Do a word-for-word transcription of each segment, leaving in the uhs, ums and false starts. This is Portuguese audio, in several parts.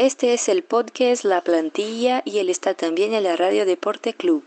Este es el podcast La Plantilla y él está también en la Radio Deporte Club.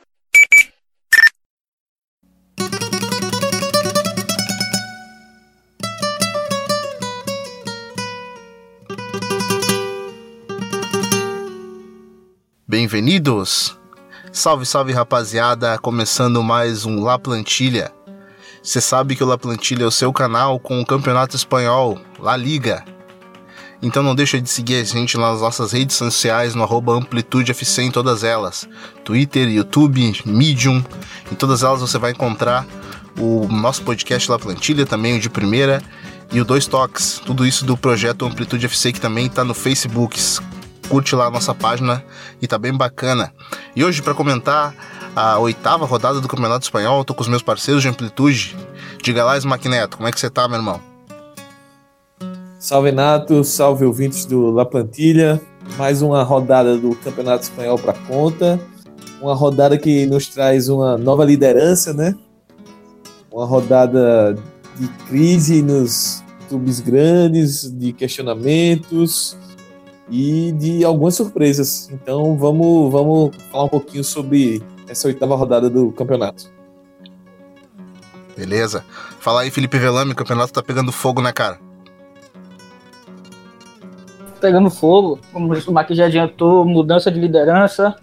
Bem-vindos! Salve, salve rapaziada, começando mais um La Plantilha. Você sabe que o La Plantilha é o seu canal com o Campeonato Espanhol, La Liga. Então não deixa de seguir a gente nas nossas redes sociais, no arroba AmplitudeFC em todas elas. Twitter, YouTube, Medium, em todas elas você vai encontrar o nosso podcast La Plantilha, também o de primeira, e o Dois Toques, tudo isso do projeto Amplitude F C, que também está no Facebook. Curte lá a nossa página e tá bem bacana. E hoje, para comentar a oitava rodada do Campeonato Espanhol, eu tô com os meus parceiros de Amplitude. Diga lá, Smack Neto, como é que você tá, meu irmão? Salve, Nato, salve ouvintes do La Plantilha. Mais uma rodada do Campeonato Espanhol para conta. Uma rodada que nos traz uma nova liderança, né? Uma rodada de crise nos clubes grandes, de questionamentos e de algumas surpresas. Então vamos, vamos falar um pouquinho sobre essa oitava rodada do campeonato. Beleza. Fala aí, Felipe Velame, o campeonato tá pegando fogo, né, cara? Pegando fogo, como o Marquinhos já adiantou, mudança de liderança,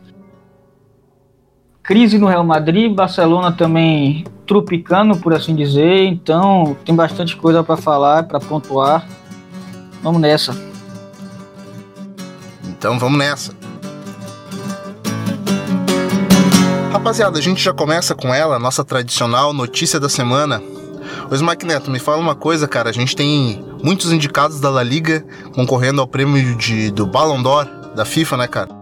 crise no Real Madrid, Barcelona também trupicando, por assim dizer. Então tem bastante coisa para falar, para pontuar. Vamos nessa. Então vamos nessa. Rapaziada, a gente já começa com ela, nossa tradicional notícia da semana. Ô Smack Neto, me fala uma coisa, cara. A gente tem muitos indicados da La Liga concorrendo ao prêmio de, do Ballon d'Or da FIFA, né, cara?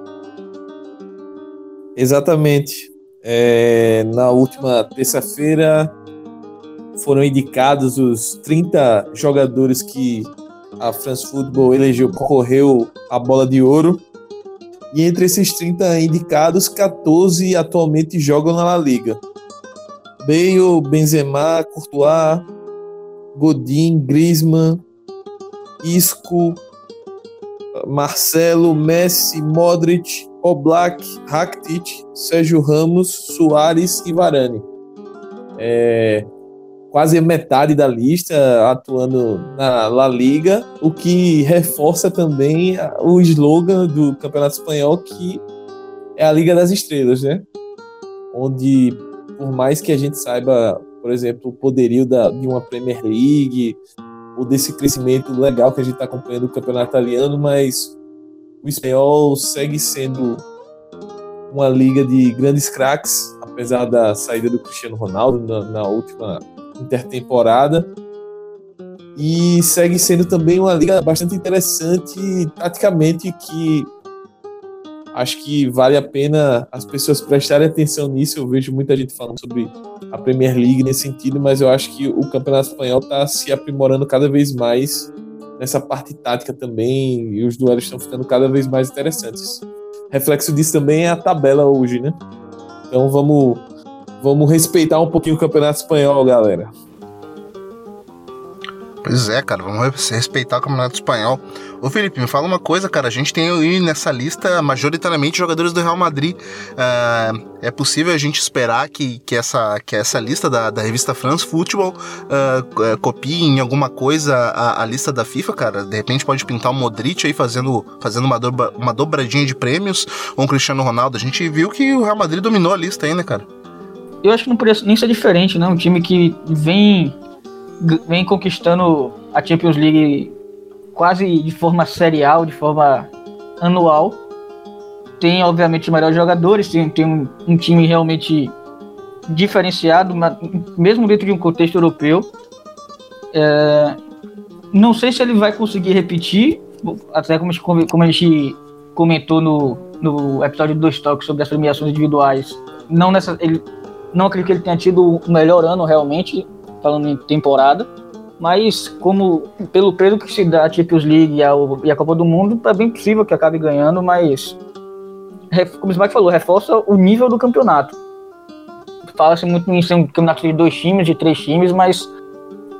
Exatamente. É, na última terça-feira foram indicados os trinta jogadores que a France Football elegeu, concorreu à Bola de Ouro. E entre esses trinta indicados, catorze atualmente jogam na La Liga. Bale, Benzema, Courtois, Godin, Griezmann, Isco, Marcelo, Messi, Modric, Oblak, Rakitic, Sérgio Ramos, Suárez e Varane. É, quase metade da lista atuando na La Liga, o que reforça também o slogan do Campeonato Espanhol, que é a Liga das Estrelas, né? Onde, por mais que a gente saiba, por exemplo, o poderio da, de uma Premier League, ou desse crescimento legal que a gente está acompanhando do campeonato italiano, mas o espanhol segue sendo uma liga de grandes craques, apesar da saída do Cristiano Ronaldo na, na última intertemporada, e segue sendo também uma liga bastante interessante taticamente, que acho que vale a pena as pessoas prestarem atenção nisso. Eu vejo muita gente falando sobre a Premier League nesse sentido, mas eu acho que o Campeonato Espanhol está se aprimorando cada vez mais nessa parte tática também, e os duelos estão ficando cada vez mais interessantes. Reflexo disso também é a tabela hoje, né? Então vamos, vamos respeitar um pouquinho o Campeonato Espanhol, galera. Pois é, cara, vamos respeitar o Campeonato Espanhol. Ô Felipe, me fala uma coisa, cara, a gente tem aí nessa lista majoritariamente jogadores do Real Madrid. Uh, é possível a gente esperar que, que, essa, que essa lista da, da revista France Football uh, copie em alguma coisa a, a lista da FIFA, cara? De repente pode pintar o Modric aí fazendo, fazendo uma, dobra, uma dobradinha de prêmios, ou um Cristiano Ronaldo. A gente viu que o Real Madrid dominou a lista aí, né, cara? Eu acho que não poderia nem ser diferente, né? Um time que vem... vem conquistando a Champions League quase de forma serial, de forma anual. Tem, obviamente, os melhores jogadores, tem, tem um, um time realmente diferenciado, mesmo dentro de um contexto europeu. É, não sei se ele vai conseguir repetir, até como, como a gente comentou no, no episódio Dois Toques sobre as premiações individuais. Não, nessa, ele, não acredito que ele tenha tido o melhor ano realmente, falando em temporada, mas como pelo peso que se dá a Champions League e a, e a Copa do Mundo, é bem possível que acabe ganhando, mas como o Smack falou, reforça o nível do campeonato. Fala-se muito em ser um campeonato de dois times, de três times, mas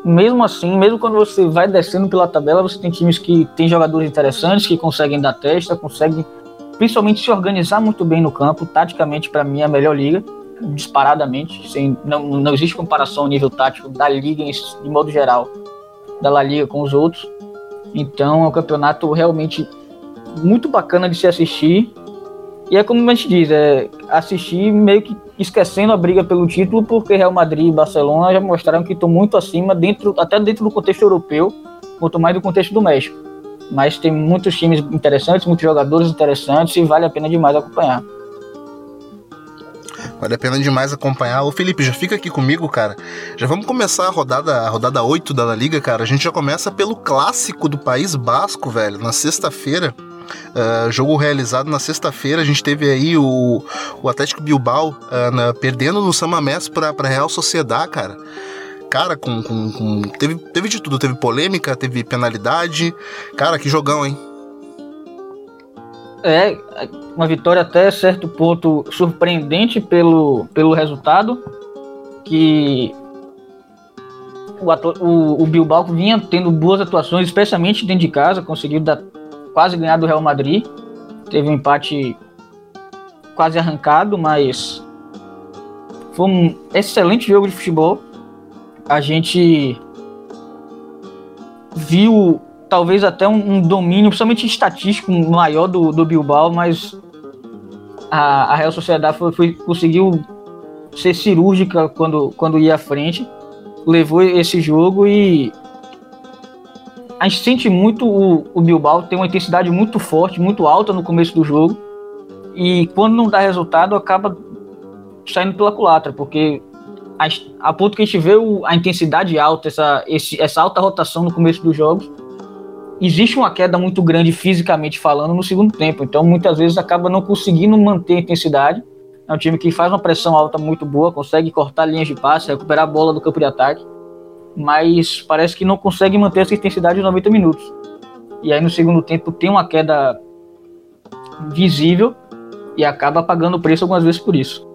mesmo assim, mesmo quando você vai descendo pela tabela, você tem times que tem jogadores interessantes, que conseguem dar testa, conseguem principalmente se organizar muito bem no campo. Taticamente, para mim, é a melhor liga, disparadamente, sem, não, não existe comparação ao nível tático da liga, de modo geral, da La Liga com os outros. Então é um campeonato realmente muito bacana de se assistir. E é como a gente diz, é assistir meio que esquecendo a briga pelo título, porque Real Madrid e Barcelona já mostraram que estão muito acima, dentro, até dentro do contexto europeu, quanto mais do contexto do México. Mas tem muitos times interessantes, muitos jogadores interessantes, e vale a pena demais acompanhar. Vale a pena demais acompanhar. Ô Felipe, já fica aqui comigo, cara. Já vamos começar a rodada, a rodada oito da La Liga, cara. A gente já começa pelo clássico do País Basco, velho, na sexta-feira. Uh, jogo realizado na sexta-feira. A gente teve aí o, o Atlético Bilbao uh, na, perdendo no San Mamés pra, pra Real Sociedad, cara. Cara, com, com, com, teve, teve de tudo. Teve polêmica, teve penalidade. Cara, que jogão, hein? É, uma vitória até certo ponto surpreendente pelo, pelo resultado, que o, o, o Bilbao vinha tendo boas atuações, especialmente dentro de casa, conseguiu dar, quase ganhar do Real Madrid, teve um empate quase arrancado, mas foi um excelente jogo de futebol. A gente viu talvez até um, um domínio, principalmente estatístico, maior do, do Bilbao, mas a, a Real Sociedad foi, foi, conseguiu ser cirúrgica quando, quando ia à frente, levou esse jogo, e a gente sente muito o, o Bilbao ter uma intensidade muito forte, muito alta no começo do jogo, e quando não dá resultado acaba saindo pela culatra, porque a, a ponto que a gente vê o, a intensidade alta, essa, esse, essa alta rotação no começo dos jogos, existe uma queda muito grande fisicamente falando no segundo tempo, então muitas vezes acaba não conseguindo manter a intensidade. É um time que faz uma pressão alta muito boa, consegue cortar linhas de passe, recuperar a bola do campo de ataque, mas parece que não consegue manter essa intensidade de noventa minutos. E aí no segundo tempo tem uma queda visível e acaba pagando o preço algumas vezes por isso.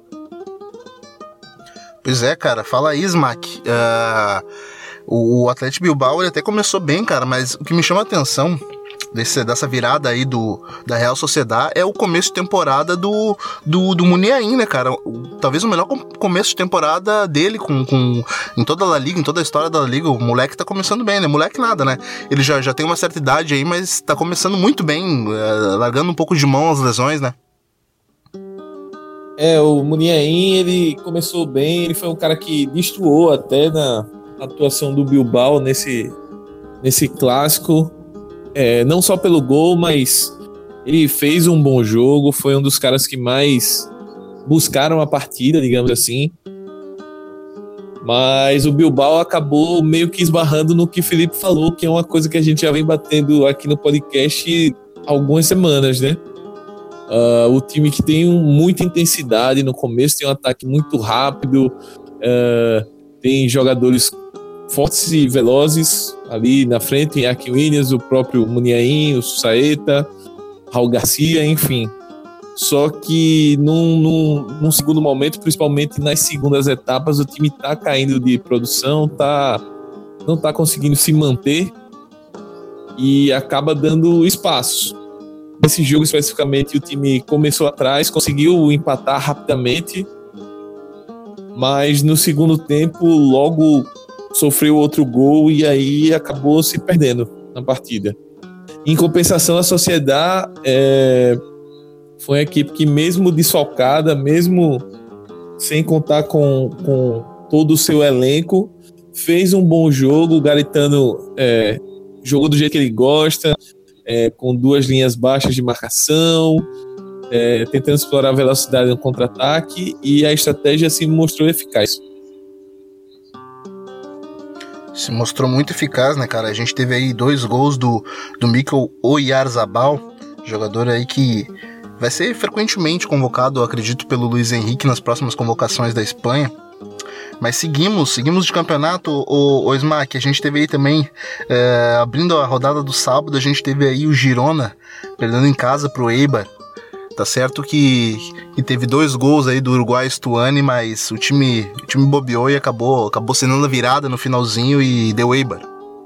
Pois é, cara, fala aí, Smack. Uh... O Atlético Bilbao ele até começou bem, cara, mas o que me chama a atenção desse, dessa virada aí do, da Real Sociedad é o começo de temporada do, do, do Muniain, né, cara? O, talvez o melhor começo de temporada dele com, com, em toda a La Liga, em toda a história da La Liga. O moleque tá começando bem, né? Moleque nada, né? Ele já, já tem uma certa idade aí, mas tá começando muito bem, é, largando um pouco de mão as lesões, né? É, o Muniain, ele começou bem, ele foi um cara que destoou até na atuação do Bilbao nesse, nesse clássico, é, não só pelo gol, mas ele fez um bom jogo, foi um dos caras que mais buscaram a partida, digamos assim, mas o Bilbao acabou meio que esbarrando no que o Felipe falou, que é uma coisa que a gente já vem batendo aqui no podcast há algumas semanas, né? Uh, o time que tem um, muita intensidade no começo, tem um ataque muito rápido, uh, tem jogadores fortes e velozes ali na frente, em Aki Williams, o próprio Muniain, o Saeta, Raul Garcia, enfim. Só que num, num, num segundo momento, principalmente nas segundas etapas, o time tá caindo de produção, tá, não tá conseguindo se manter e acaba dando espaços. Nesse jogo especificamente o time começou atrás, conseguiu empatar rapidamente, mas no segundo tempo logo sofreu outro gol e aí acabou se perdendo na partida. Em compensação, a Sociedad é, foi uma equipe que, mesmo desfalcada, mesmo sem contar com, com todo o seu elenco, fez um bom jogo. O Garitano é, jogou do jeito que ele gosta, é, com duas linhas baixas de marcação, é, tentando explorar a velocidade no contra-ataque, e a estratégia se mostrou eficaz. Se mostrou muito eficaz, né, cara? A gente teve aí dois gols do, do Mikel Oyarzabal, jogador aí que vai ser frequentemente convocado, eu acredito, pelo Luiz Henrique nas próximas convocações da Espanha. Mas seguimos, seguimos de campeonato, o, o Smack. A gente teve aí também, é, abrindo a rodada do sábado, a gente teve aí o Girona perdendo em casa pro Eibar. Tá certo que, que teve dois gols aí do Uruguai Stuani, mas o time, o time bobeou e acabou, acabou sendo a virada no finalzinho e deu Eibar.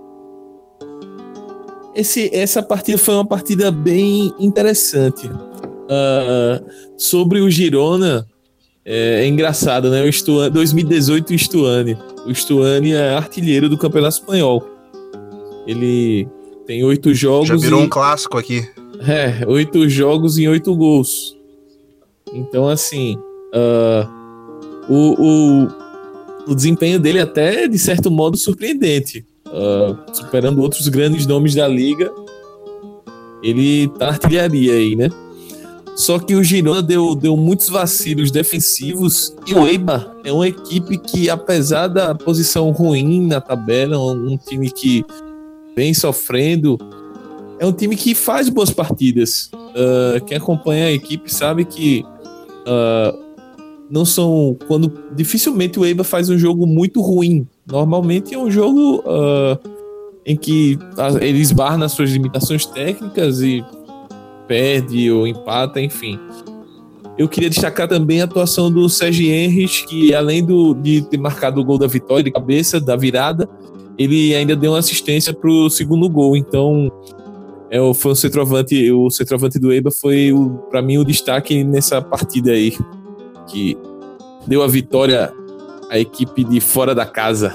Esse, essa partida foi uma partida bem interessante. Uh, sobre o Girona, é, é engraçado, né? O Stuani, dois mil e dezoito, o Stuani. O Stuani é artilheiro do Campeonato Espanhol. Ele tem oito jogos. Já virou e... um clássico aqui. É, oito jogos em oito gols. Então, assim, uh, o, o, o desempenho dele até, de certo modo, surpreendente. Uh, superando outros grandes nomes da liga. Ele tá na artilharia aí, né? Só que o Girona deu, deu muitos vacilos defensivos e o Eibar é uma equipe que, apesar da posição ruim na tabela, um, um time que vem sofrendo, é um time que faz boas partidas. Uh, quem acompanha a equipe sabe que uh, não são... quando dificilmente o Eibar faz um jogo muito ruim. Normalmente é um jogo uh, em que ele esbarra nas suas limitações técnicas e perde ou empata, enfim. Eu queria destacar também a atuação do Serge Henrich, que além do, de ter marcado o gol da vitória de cabeça, da virada, ele ainda deu uma assistência para o segundo gol. Então, é, foi o centroavante, o centroavante do Eibar foi, para mim, o destaque nessa partida aí, que deu a vitória à equipe de fora da casa.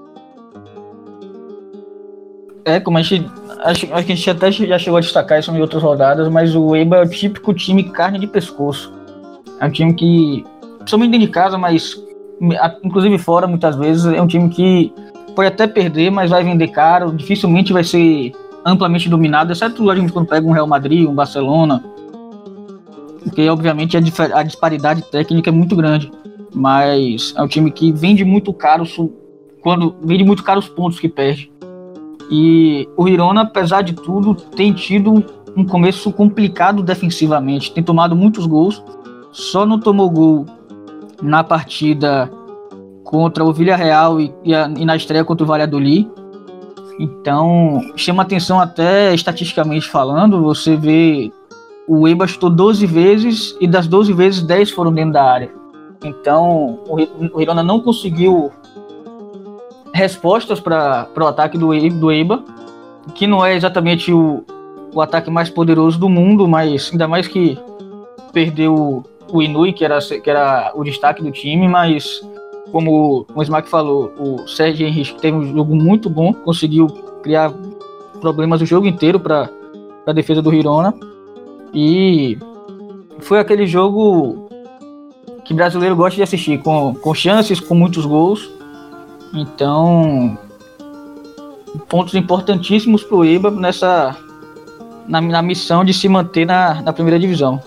É, como a gente... Acho, acho que a gente até já chegou a destacar isso em outras rodadas, mas o Eibar é o típico time carne de pescoço. É um time que, principalmente dentro de casa, mas inclusive fora, muitas vezes, é um time que pode até perder, mas vai vender caro, dificilmente vai ser amplamente dominado, exceto a gente quando pega um Real Madrid, um Barcelona, porque obviamente a, dif- a disparidade técnica é muito grande, mas é um time que vende muito caro, quando vende muito caro os pontos que perde. E o Girona, apesar de tudo, tem tido um começo complicado defensivamente. Tem tomado muitos gols. Só não tomou gol na partida contra o Villarreal e, e, a, e na estreia contra o Valladolid. Então, chama atenção até estatisticamente falando. Você vê o Eibar chutou doze vezes e das doze vezes, dez foram dentro da área. Então, o, o Girona não conseguiu respostas para o ataque do, do Eibar, que não é exatamente o, o ataque mais poderoso do mundo, mas ainda mais que perdeu o Inui, que era, que era o destaque do time, mas como o Smack falou, o Serge Henrich teve um jogo muito bom, conseguiu criar problemas o jogo inteiro para a defesa do Girona, e foi aquele jogo que brasileiro gosta de assistir, com, com chances, com muitos gols. Então, pontos importantíssimos para o Eibar nessa, na, na missão de se manter na, na primeira divisão.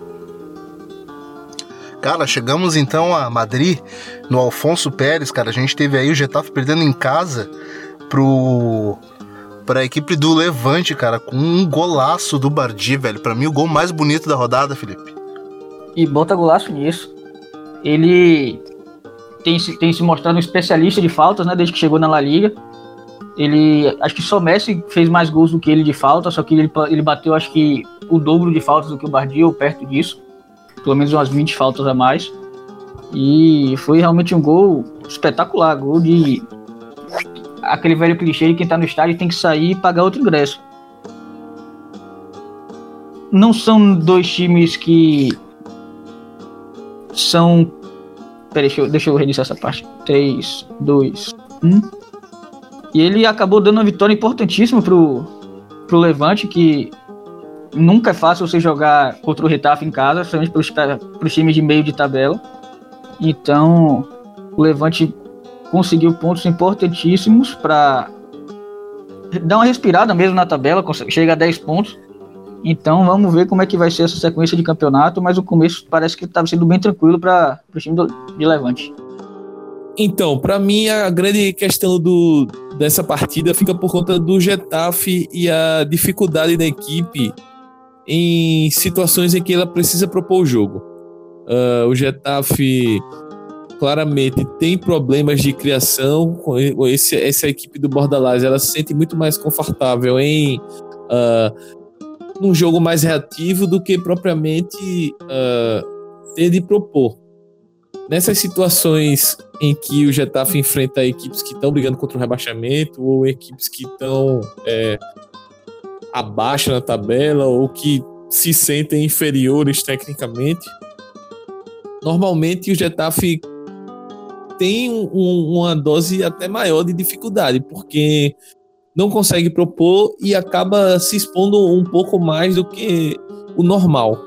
Cara, chegamos então a Madrid, no Alfonso Pérez, cara. A gente teve aí o Getafe perdendo em casa pro, pra equipe do Levante, cara, com um golaço do Bardi, velho. Pra mim, o gol mais bonito da rodada, Felipe. E bota golaço nisso. Ele tem, tem se mostrado um especialista de faltas, né, desde que chegou na La Liga. Ele, acho que só Messi fez mais gols do que ele de falta, só que ele, ele bateu, acho que, o dobro de faltas do que o Bardi, ou perto disso. Pelo menos umas vinte faltas a mais. E foi realmente um gol espetacular, gol de aquele velho clichê de quem tá no estádio tem que sair e pagar outro ingresso. Não são dois times que são... Peraí, deixa eu, deixa eu reiniciar essa parte. três, dois, um. E ele acabou dando uma vitória importantíssima pro, pro Levante, que nunca é fácil você jogar contra o Getafe em casa, principalmente pros, pros times de meio de tabela. Então, o Levante conseguiu pontos importantíssimos para dar uma respirada mesmo na tabela, chega a dez pontos. Então, vamos ver como é que vai ser essa sequência de campeonato, mas o começo parece que estava sendo bem tranquilo para o time do, de Levante. Então, para mim, a grande questão do, dessa partida fica por conta do Getafe e a dificuldade da equipe em situações em que ela precisa propor o jogo. Uh, o Getafe claramente tem problemas de criação. Esse, essa equipe do Bordalás, ela se sente muito mais confortável em uh, num jogo mais reativo do que propriamente uh, ter de propor. Nessas situações em que o Getafe enfrenta equipes que estão brigando contra o rebaixamento ou equipes que estão é, abaixo na tabela ou que se sentem inferiores tecnicamente, normalmente o Getafe tem um, uma dose até maior de dificuldade, porque não consegue propor e acaba se expondo um pouco mais do que o normal.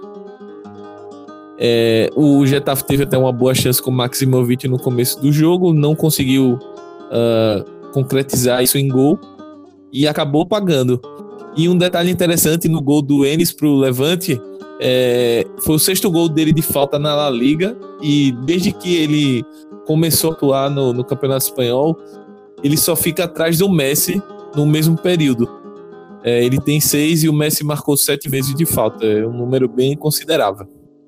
É, o Getafe teve até uma boa chance com o Maximovic no começo do jogo, não conseguiu uh, concretizar isso em gol e acabou pagando. E um detalhe interessante no gol do Enes para o Levante, é, foi o sexto gol dele de falta na La Liga, e desde que ele começou a atuar no, no Campeonato Espanhol, ele só fica atrás do Messi no mesmo período. É, ele tem seis e o Messi marcou sete vezes de falta, é um número bem considerável.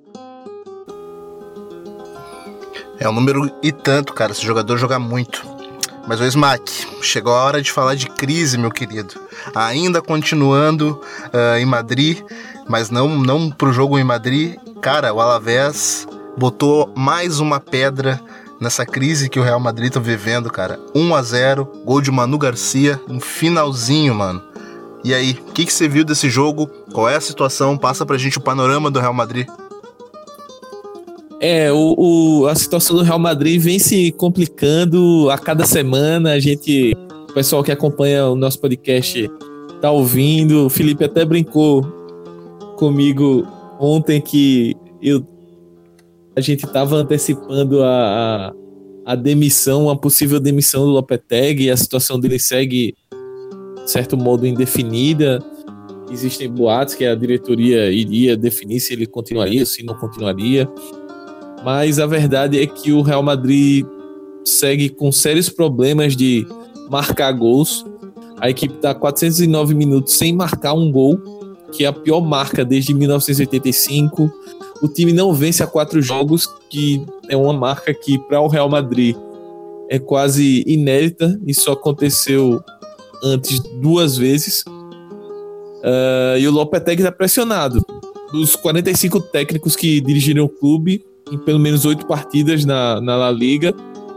É um número e tanto, cara, esse jogador joga muito. Mas o Smack, chegou a hora de falar de crise, meu querido. Ainda continuando uh, em Madrid, mas não, não pro jogo em Madrid. Cara, o Alavés botou mais uma pedra nessa crise que o Real Madrid tá vivendo, cara. um a zero, gol de Manu Garcia, no finalzinho, mano. E aí, o que, que você viu desse jogo? Qual é a situação? Passa pra gente o panorama do Real Madrid. É, o, o, a situação do Real Madrid vem se complicando a cada semana. A gente, o pessoal que acompanha o nosso podcast tá ouvindo. O Felipe até brincou comigo ontem que eu, a gente tava antecipando a, a, a demissão, a possível demissão do Lopetegui, e a situação dele segue, de certo modo, indefinida. Existem boatos que a diretoria iria definir se ele continuaria, se não continuaria. Mas a verdade é que o Real Madrid segue com sérios problemas de marcar gols. A equipe está quatrocentos e nove minutos sem marcar um gol, que é a pior marca desde mil novecentos e oitenta e cinco. O time não vence há quatro jogos, que é uma marca que para o Real Madrid é quase inédita. Isso aconteceu antes duas vezes. Uh, e o Lopetegui está pressionado. Dos quarenta e cinco técnicos que dirigiram o clube, em pelo menos oito partidas na, na La Liga,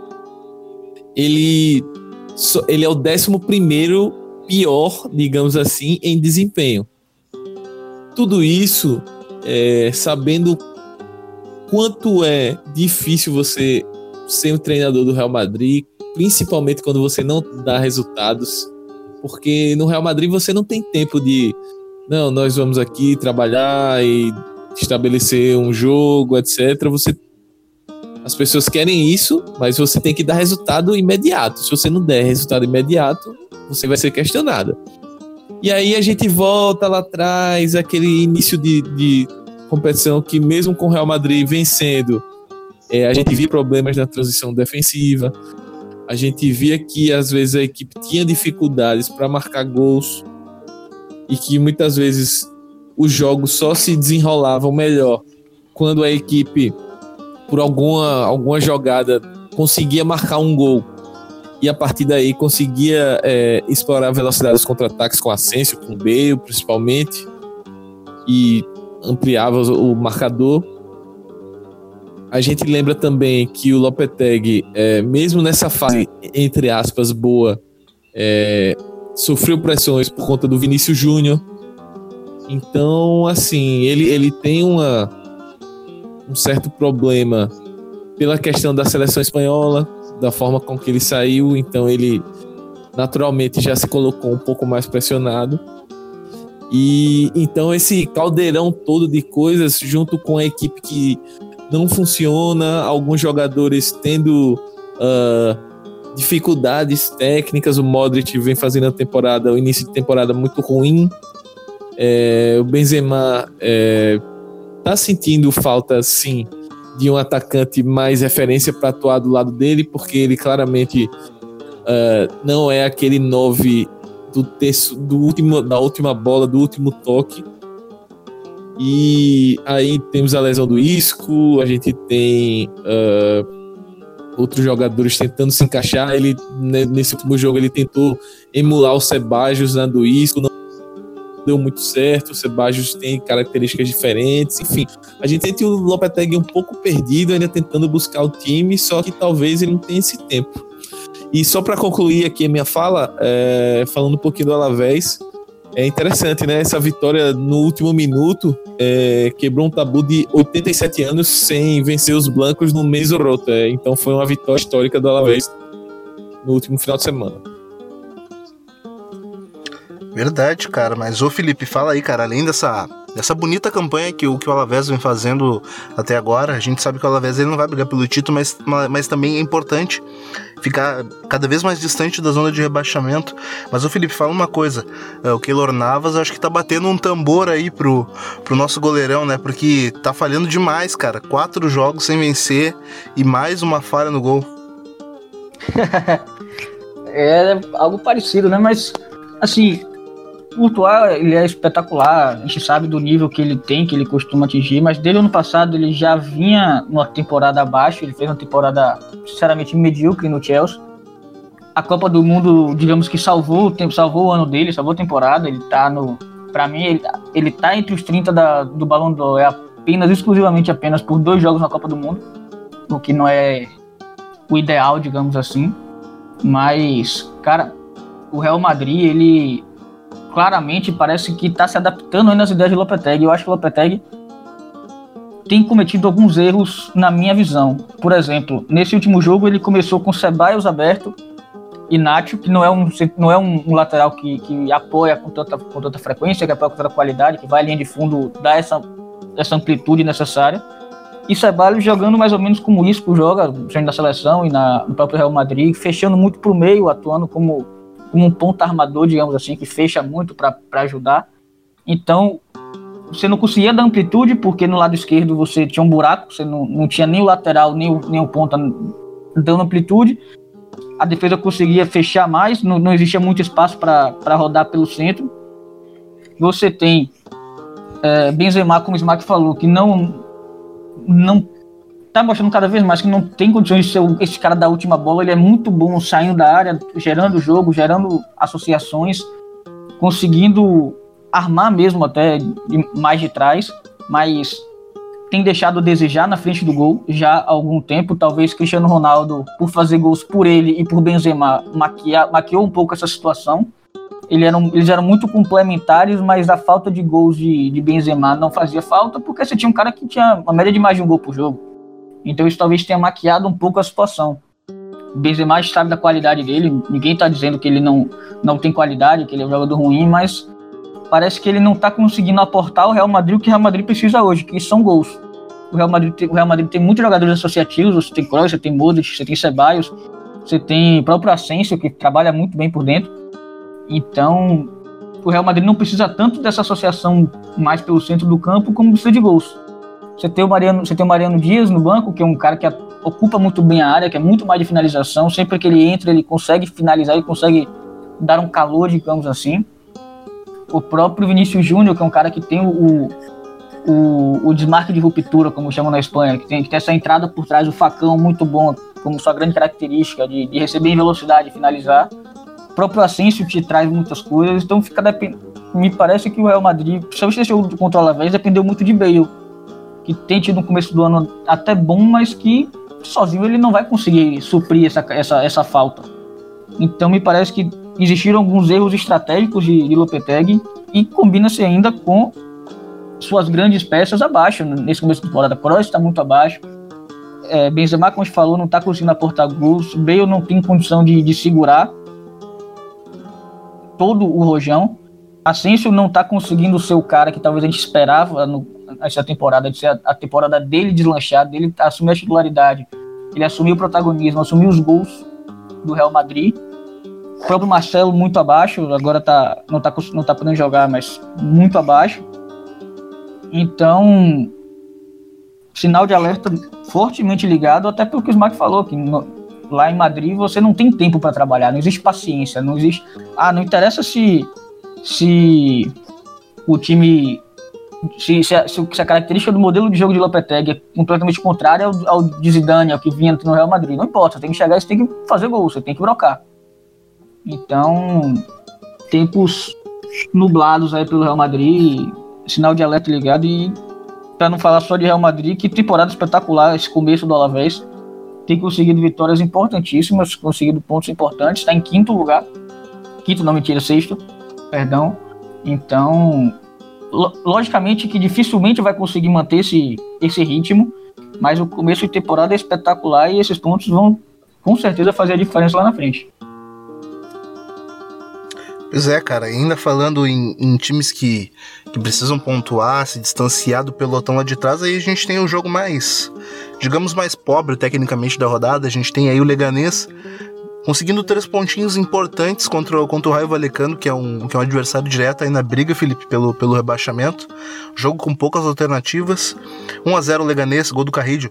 ele, ele é o décimo primeiro pior, digamos assim, em desempenho. Tudo isso é, sabendo quanto é difícil você ser um treinador do Real Madrid, principalmente quando você não dá resultados, porque no Real Madrid você não tem tempo de não, nós vamos aqui trabalhar e estabelecer um jogo, etcétera. Você, as pessoas querem isso, mas você tem que dar resultado imediato. Se você não der resultado imediato, você vai ser questionado. E aí a gente volta lá atrás, aquele início de, de competição que mesmo com o Real Madrid vencendo, é, a gente via problemas na transição defensiva, a gente via que às vezes a equipe tinha dificuldades para marcar gols e que muitas vezes os jogos só se desenrolavam melhor quando a equipe, por alguma, alguma jogada, conseguia marcar um gol e a partir daí conseguia é, explorar a velocidade dos contra-ataques com Asensio, com Bale principalmente, e ampliava o marcador. A gente lembra também que o Lopetegui, é, mesmo nessa fase, entre aspas, boa, é, sofreu pressões por conta do Vinícius Júnior. Então, assim, ele, ele tem uma, um certo problema pela questão da seleção espanhola, da forma com que ele saiu, então ele naturalmente já se colocou um pouco mais pressionado. E então esse caldeirão todo de coisas, junto com a equipe que não funciona, alguns jogadores tendo uh, dificuldades técnicas, o Modric vem fazendo a temporada, o início de temporada muito ruim. É, o Benzema é, tá sentindo falta, sim, de um atacante mais referência para atuar do lado dele, porque ele claramente uh, não é aquele nove do, terço, do último, da última bola, do último toque. E aí temos a lesão do Isco, a gente tem uh, outros jogadores tentando se encaixar. Ele, nesse último jogo ele tentou emular o Ceballos, né, do Isco, não deu muito certo, o Ceballos tem características diferentes, enfim. A gente sente o Lopetegui um pouco perdido, ainda tentando buscar o time, só que talvez ele não tenha esse tempo. E só para concluir aqui a minha fala, é, falando um pouquinho do Alavés, é interessante, né? Essa vitória no último minuto é, quebrou um tabu de oitenta e sete anos sem vencer os blancos no Mesa Rota. É, então foi uma vitória histórica do Alavés no último final de semana. Verdade, cara. Mas, ô Felipe, fala aí, cara, além dessa, dessa bonita campanha que o, que o Alavés vem fazendo até agora, a gente sabe que o Alavés ele não vai brigar pelo título, mas, mas também é importante ficar cada vez mais distante da zona de rebaixamento. Mas, ô Felipe, fala uma coisa, o Keylor Navas acho que tá batendo um tambor aí pro, pro nosso goleirão, né, porque tá falhando demais, cara, quatro jogos sem vencer e mais uma falha no gol. É algo parecido, né, mas, assim... O Courtois, ele é espetacular, a gente sabe do nível que ele tem, que ele costuma atingir, mas desde o ano passado ele já vinha numa temporada abaixo, ele fez uma temporada sinceramente medíocre no Chelsea. A Copa do Mundo, digamos que salvou o tempo, salvou o ano dele, salvou a temporada, ele tá no... Pra mim, ele, ele tá entre os trinta da, do Ballon d'Or, é apenas, exclusivamente apenas por dois jogos na Copa do Mundo, o que não é o ideal, digamos assim. Mas, cara, o Real Madrid, ele... claramente parece que está se adaptando aí nas ideias de Lopetegui. Eu acho que o Lopetegui tem cometido alguns erros na minha visão. Por exemplo, nesse último jogo ele começou com Ceballos aberto e Nacho, que não é um, não é um, um lateral que, que apoia com tanta, com tanta frequência, que apoia com tanta qualidade, que vai à linha de fundo, dá essa, essa amplitude necessária. E Ceballos jogando mais ou menos como o Isco joga, saindo da seleção e na, no próprio Real Madrid, fechando muito para o meio, atuando como como um ponta armador, digamos assim, que fecha muito para ajudar. Então, você não conseguia dar amplitude, porque no lado esquerdo você tinha um buraco, você não, não tinha nem o lateral, nem o, nem o ponta dando amplitude. A defesa conseguia fechar mais, não, não existia muito espaço para rodar pelo centro. Você tem é, Benzema, como o Smack falou, que não... não tá mostrando cada vez mais que não tem condições de ser esse cara da última bola. Ele é muito bom saindo da área, gerando jogo, gerando associações, conseguindo armar mesmo até de, mais de trás, mas tem deixado a desejar na frente do gol já há algum tempo. Talvez Cristiano Ronaldo, por fazer gols por ele e por Benzema, maquia, maquiou um pouco essa situação. Ele eram, eles eram muito complementares, mas a falta de gols de, de Benzema não fazia falta, porque você tinha um cara que tinha uma média de mais de um gol por jogo. Então isso talvez tenha maquiado um pouco a situação. O Benzema sabe da qualidade dele, ninguém está dizendo que ele não, não tem qualidade, que ele é um jogador ruim, mas parece que ele não está conseguindo aportar ao Real Madrid o que o Real Madrid precisa hoje, que são gols. O Real Madrid tem, o Real Madrid tem muitos jogadores associativos, você tem Kroos, você tem Modric, você tem Ceballos, você tem o próprio Asensio, que trabalha muito bem por dentro. Então, o Real Madrid não precisa tanto dessa associação mais pelo centro do campo como precisa de gols. Você tem o Mariano, você tem o Mariano Dias no banco, que é um cara que ocupa muito bem a área, que é muito mais de finalização. Sempre que ele entra, ele consegue finalizar, ele consegue dar um calor, digamos assim. O próprio Vinícius Júnior, que é um cara que tem o, o, o desmarque de ruptura, como chamam na Espanha, que tem, que tem essa entrada por trás, o facão muito bom, como sua grande característica, de, de receber em velocidade e finalizar. O próprio Asensio te traz muitas coisas, então fica depend... me parece que o Real Madrid, principalmente nesse jogo contra o Alavés, dependeu muito de Bale, que tem tido no começo do ano até bom, mas que sozinho ele não vai conseguir suprir essa, essa, essa falta. Então me parece que existiram alguns erros estratégicos de, de Lopetegui e combina-se ainda com suas grandes peças abaixo. Nesse começo de temporada, Kroos está muito abaixo, é, Benzema, como a gente falou, não está conseguindo aportar gols, Bale não tem condição de, de segurar todo o rojão, Asensio não está conseguindo ser o cara que talvez a gente esperava no essa temporada, de ser a, a temporada dele deslanchar, dele assumir a titularidade, ele assumiu o protagonismo, assumiu os gols do Real Madrid. O próprio Marcelo muito abaixo, agora tá, não está não tá podendo jogar, mas muito abaixo. Então, sinal de alerta fortemente ligado, até pelo que o Smack falou, que no, lá em Madrid você não tem tempo para trabalhar, não existe paciência, não existe... Ah, não interessa se, se o time... Se, se, a, se a característica do modelo de jogo de Lopetegui é completamente contrária ao, ao de Zidane, ao que vinha no Real Madrid, não importa, você tem que chegar e você tem que fazer gol, você tem que brocar. Então, tempos nublados aí pelo Real Madrid, sinal de alerta ligado. E para não falar só de Real Madrid, que temporada espetacular esse começo do Alavés. Tem conseguido vitórias importantíssimas, conseguido pontos importantes, está em quinto lugar. Quinto, não, mentira, sexto, perdão. Então, lo- logicamente que dificilmente vai conseguir manter esse, esse ritmo, mas o começo de temporada é espetacular e esses pontos vão, com certeza, fazer a diferença lá na frente. Pois é, cara, ainda falando em, em times que, que precisam pontuar, se distanciar do pelotão lá de trás, aí a gente tem o jogo mais, digamos, mais pobre tecnicamente da rodada. A gente tem aí o Leganés conseguindo três pontinhos importantes contra, o- contra o Raio Vallecano, que é, um, que é um adversário direto aí na briga, Felipe, pelo, pelo rebaixamento. Jogo com poucas alternativas. um a zero Leganés, gol do Carrillo.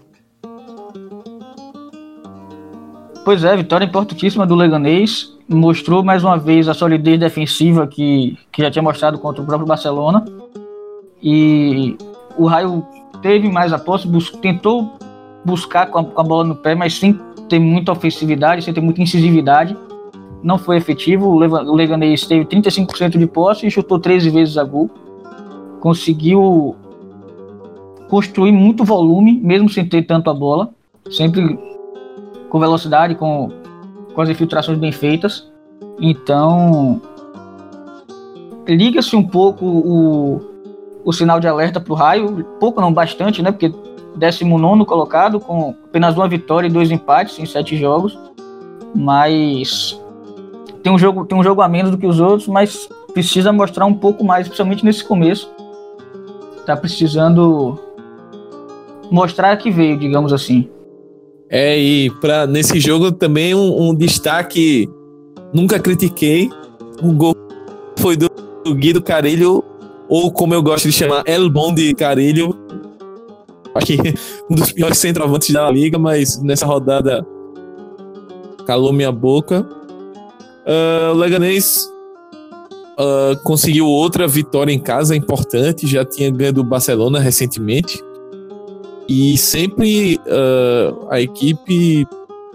Pois é, vitória importantíssima do Leganés. Mostrou mais uma vez a solidez defensiva que, que já tinha mostrado contra o próprio Barcelona. E o Raio teve mais a posse, bus- tentou buscar com a, com a bola no pé, mas sem ter muita ofensividade, sem ter muita incisividade. Não foi efetivo. O Leva- o Leganés teve trinta e cinco por cento de posse e chutou treze vezes a gol. Conseguiu construir muito volume, mesmo sem ter tanto a bola. Sempre com velocidade, com, com as infiltrações bem feitas. Então, liga-se um pouco o, o sinal de alerta para o Raio, pouco não, bastante, né? Porque décimo nono colocado, com apenas uma vitória e dois empates em sete jogos. Mas tem um jogo, tem um jogo a menos do que os outros, mas precisa mostrar um pouco mais, principalmente nesse começo. Tá precisando mostrar que veio, digamos assim. É, e pra, nesse jogo também um, um destaque, nunca critiquei, o gol foi do Guido Carrillo, ou como eu gosto de chamar, El Bonde Carrillo. Acho que um dos piores centroavantes da liga, mas nessa rodada calou minha boca. Uh, o Leganés uh, conseguiu outra vitória em casa importante, já tinha ganho do Barcelona recentemente. E sempre uh, a equipe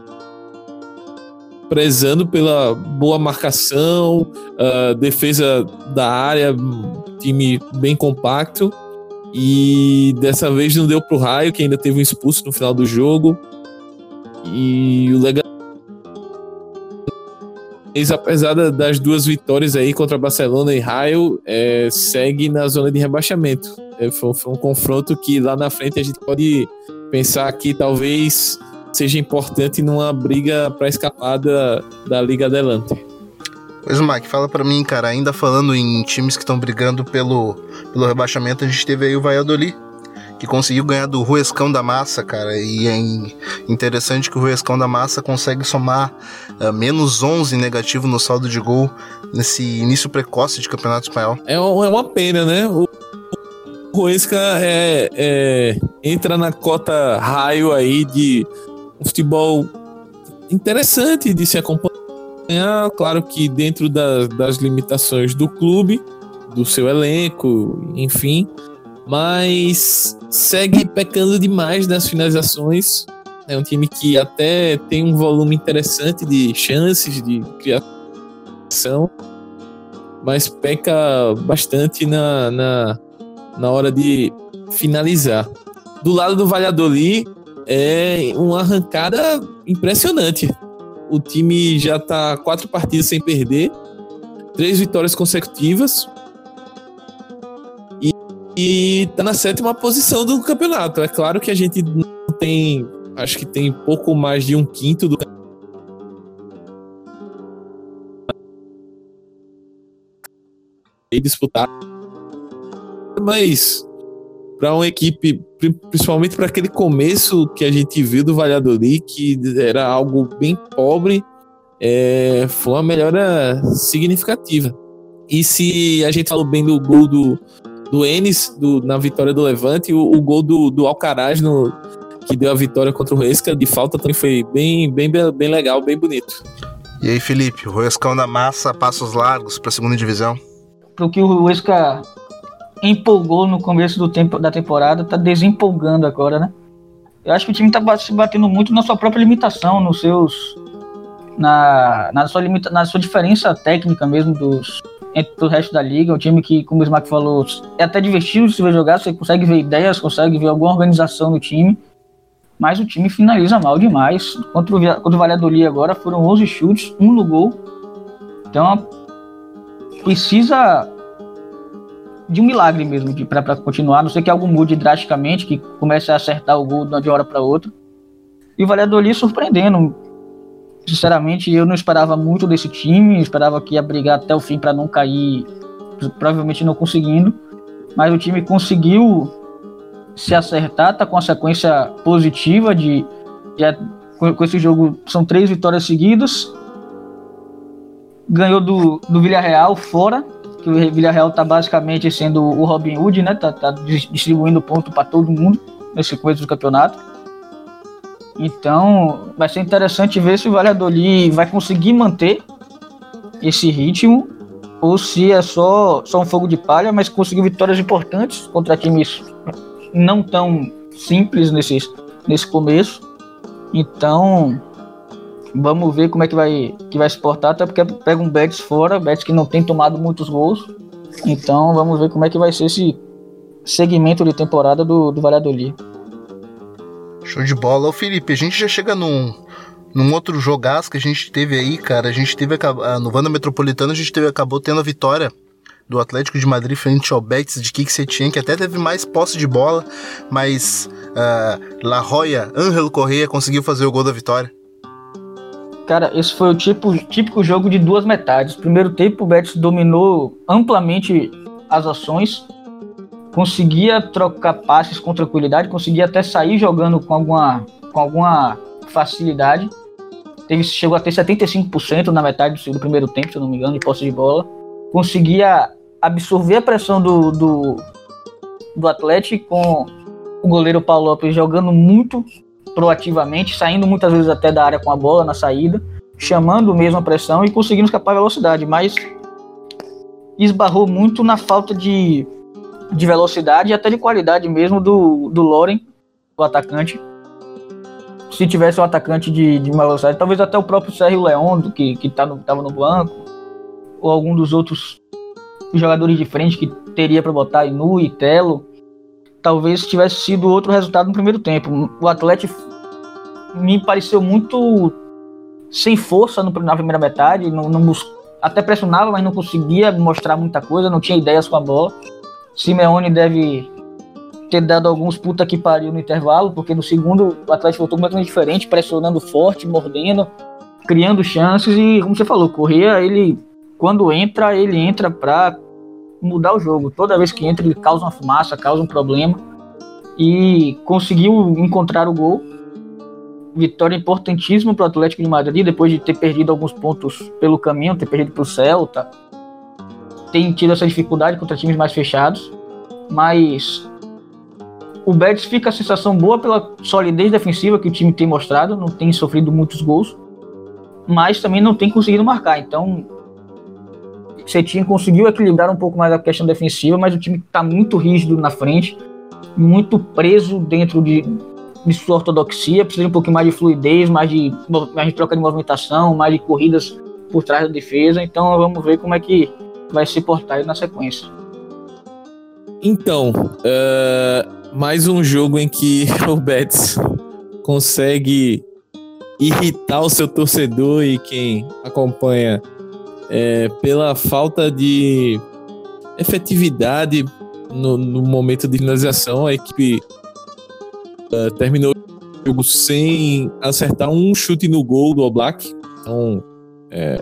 prezando pela boa marcação, uh, defesa da área, time bem compacto. E dessa vez não deu pro Raio, que ainda teve um expulso no final do jogo. E o Leganés, apesar das duas vitórias aí contra Barcelona e Raio, é, segue na zona de rebaixamento. É, foi, foi um confronto que lá na frente a gente pode pensar que talvez seja importante numa briga para escapar da, da Liga Adelante. Pois, Mac, fala pra mim, cara, ainda falando em times que estão brigando pelo, pelo rebaixamento, a gente teve aí o Valladolid, que conseguiu ganhar do Ruescão da Massa, cara, e é interessante que o Ruescão da Massa consegue somar uh, menos onze negativo no saldo de gol nesse início precoce de campeonato espanhol. É, um, é uma pena, né? O Ruesca é, é, entra na cota Raio aí de um futebol interessante de se acompanhar, claro que dentro da, das limitações do clube, do seu elenco, enfim, mas segue pecando demais nas finalizações. É um time que até tem um volume interessante de chances de criação, mas peca bastante na, na, na hora de finalizar. Do lado do Valladolid, é uma arrancada impressionante. O time já está quatro partidas sem perder, três vitórias consecutivas, e tá na sétima posição do campeonato. É claro que a gente não tem, acho que tem pouco mais de um quinto do disputar, mas para uma equipe, principalmente para aquele começo que a gente viu do Valladolid, que era algo bem pobre, é, foi uma melhora significativa. E se a gente falou bem do gol do do Enes, do, na vitória do Levante, o, o gol do, do Alcaraz, no, que deu a vitória contra o Huesca, de falta também foi bem, bem, bem legal, bem bonito. E aí, Felipe, o Ruescão da Massa, passos largos para a segunda divisão? Pro que o Huesca empolgou no começo do tempo, da temporada, tá desempolgando agora, né? Eu acho que o time tá se batendo muito na sua própria limitação, nos seus... Na, na, sua, limita, na sua diferença técnica mesmo dos, entre o resto da liga. É um time que, como o Smack falou, é até divertido de se ver jogar, você consegue ver ideias, consegue ver alguma organização no time, mas o time finaliza mal demais. Contra o, contra o Valladolid agora foram onze chutes, um no gol. Então precisa de um milagre mesmo para continuar, a não ser que algo mude drasticamente, que comece a acertar o gol de uma hora para outra. E o Valladolid surpreendendo. Sinceramente, eu não esperava muito desse time, eu esperava que ia brigar até o fim para não cair, provavelmente não conseguindo, mas o time conseguiu se acertar, tá com uma sequência positiva de, de com, com esse jogo, são três vitórias seguidas, ganhou do, do Villarreal fora, que o Villarreal tá basicamente sendo o Robin Hood, né, tá, tá distribuindo ponto para todo mundo nesse começo do campeonato. Então, vai ser interessante ver se o Valladolid vai conseguir manter esse ritmo ou se é só, só um fogo de palha, mas conseguiu vitórias importantes contra times não tão simples nesse, nesse começo. Então, vamos ver como é que vai, que vai se portar, até porque pega um Betis fora, Betis que não tem tomado muitos gols. Então, vamos ver como é que vai ser esse segmento de temporada do, do Valladolid. Show de bola. Ô Felipe, a gente já chega num, num outro jogaço que a gente teve aí, cara. A gente teve, no Wanda Metropolitano, a gente teve, acabou tendo a vitória do Atlético de Madrid frente ao Betis de Quique Setién, que até teve mais posse de bola, mas uh, La Joya, Ángel Correa conseguiu fazer o gol da vitória. Cara, esse foi o tipo, típico jogo de duas metades. Primeiro tempo, o Betis dominou amplamente as ações, conseguia trocar passes com tranquilidade, conseguia até sair jogando com alguma, com alguma facilidade. Teve, chegou a ter setenta e cinco por cento na metade do primeiro tempo, se eu não me engano, de posse de bola. Conseguia absorver a pressão do, do, do Atlético, com o goleiro Paulo Lopes jogando muito proativamente, saindo muitas vezes até da área com a bola na saída, chamando mesmo a pressão e conseguindo escapar a velocidade, mas esbarrou muito na falta de de velocidade e até de qualidade mesmo do, do Loren, o atacante. Se tivesse um atacante de, de uma velocidade, talvez até o próprio Sérgio Leão, que, que tá no, tava no banco, ou algum dos outros jogadores de frente que teria para botar Inu e Telo, talvez tivesse sido outro resultado no primeiro tempo. O Atlético me pareceu muito sem força no, na primeira metade, não, não bus- até pressionava, mas não conseguia mostrar muita coisa, não tinha ideias com a bola. Simeone deve ter dado alguns puta que pariu no intervalo, porque no segundo o Atlético voltou completamente diferente, pressionando forte, mordendo, criando chances e, como você falou, Correa, ele, quando entra, ele entra pra mudar o jogo. Toda vez que entra, ele causa uma fumaça, causa um problema e conseguiu encontrar o gol. Vitória importantíssima pro Atlético de Madrid, depois de ter perdido alguns pontos pelo caminho, ter perdido pro Celta, tem tido essa dificuldade contra times mais fechados, mas o Betis fica a sensação boa pela solidez defensiva que o time tem mostrado, não tem sofrido muitos gols, mas também não tem conseguido marcar. Então o Setién conseguiu equilibrar um pouco mais a questão defensiva, mas o time está muito rígido na frente, muito preso dentro de, de sua ortodoxia, precisa de um pouquinho mais de fluidez, mais de, mais de troca de movimentação, mais de corridas por trás da defesa. Então vamos ver como é que vai se portar na sequência. Então, uh, mais um jogo em que o Betis consegue irritar o seu torcedor e quem acompanha é, pela falta de efetividade no, no momento de finalização. A equipe uh, terminou o jogo sem acertar um chute no gol do Oblak. Então, é,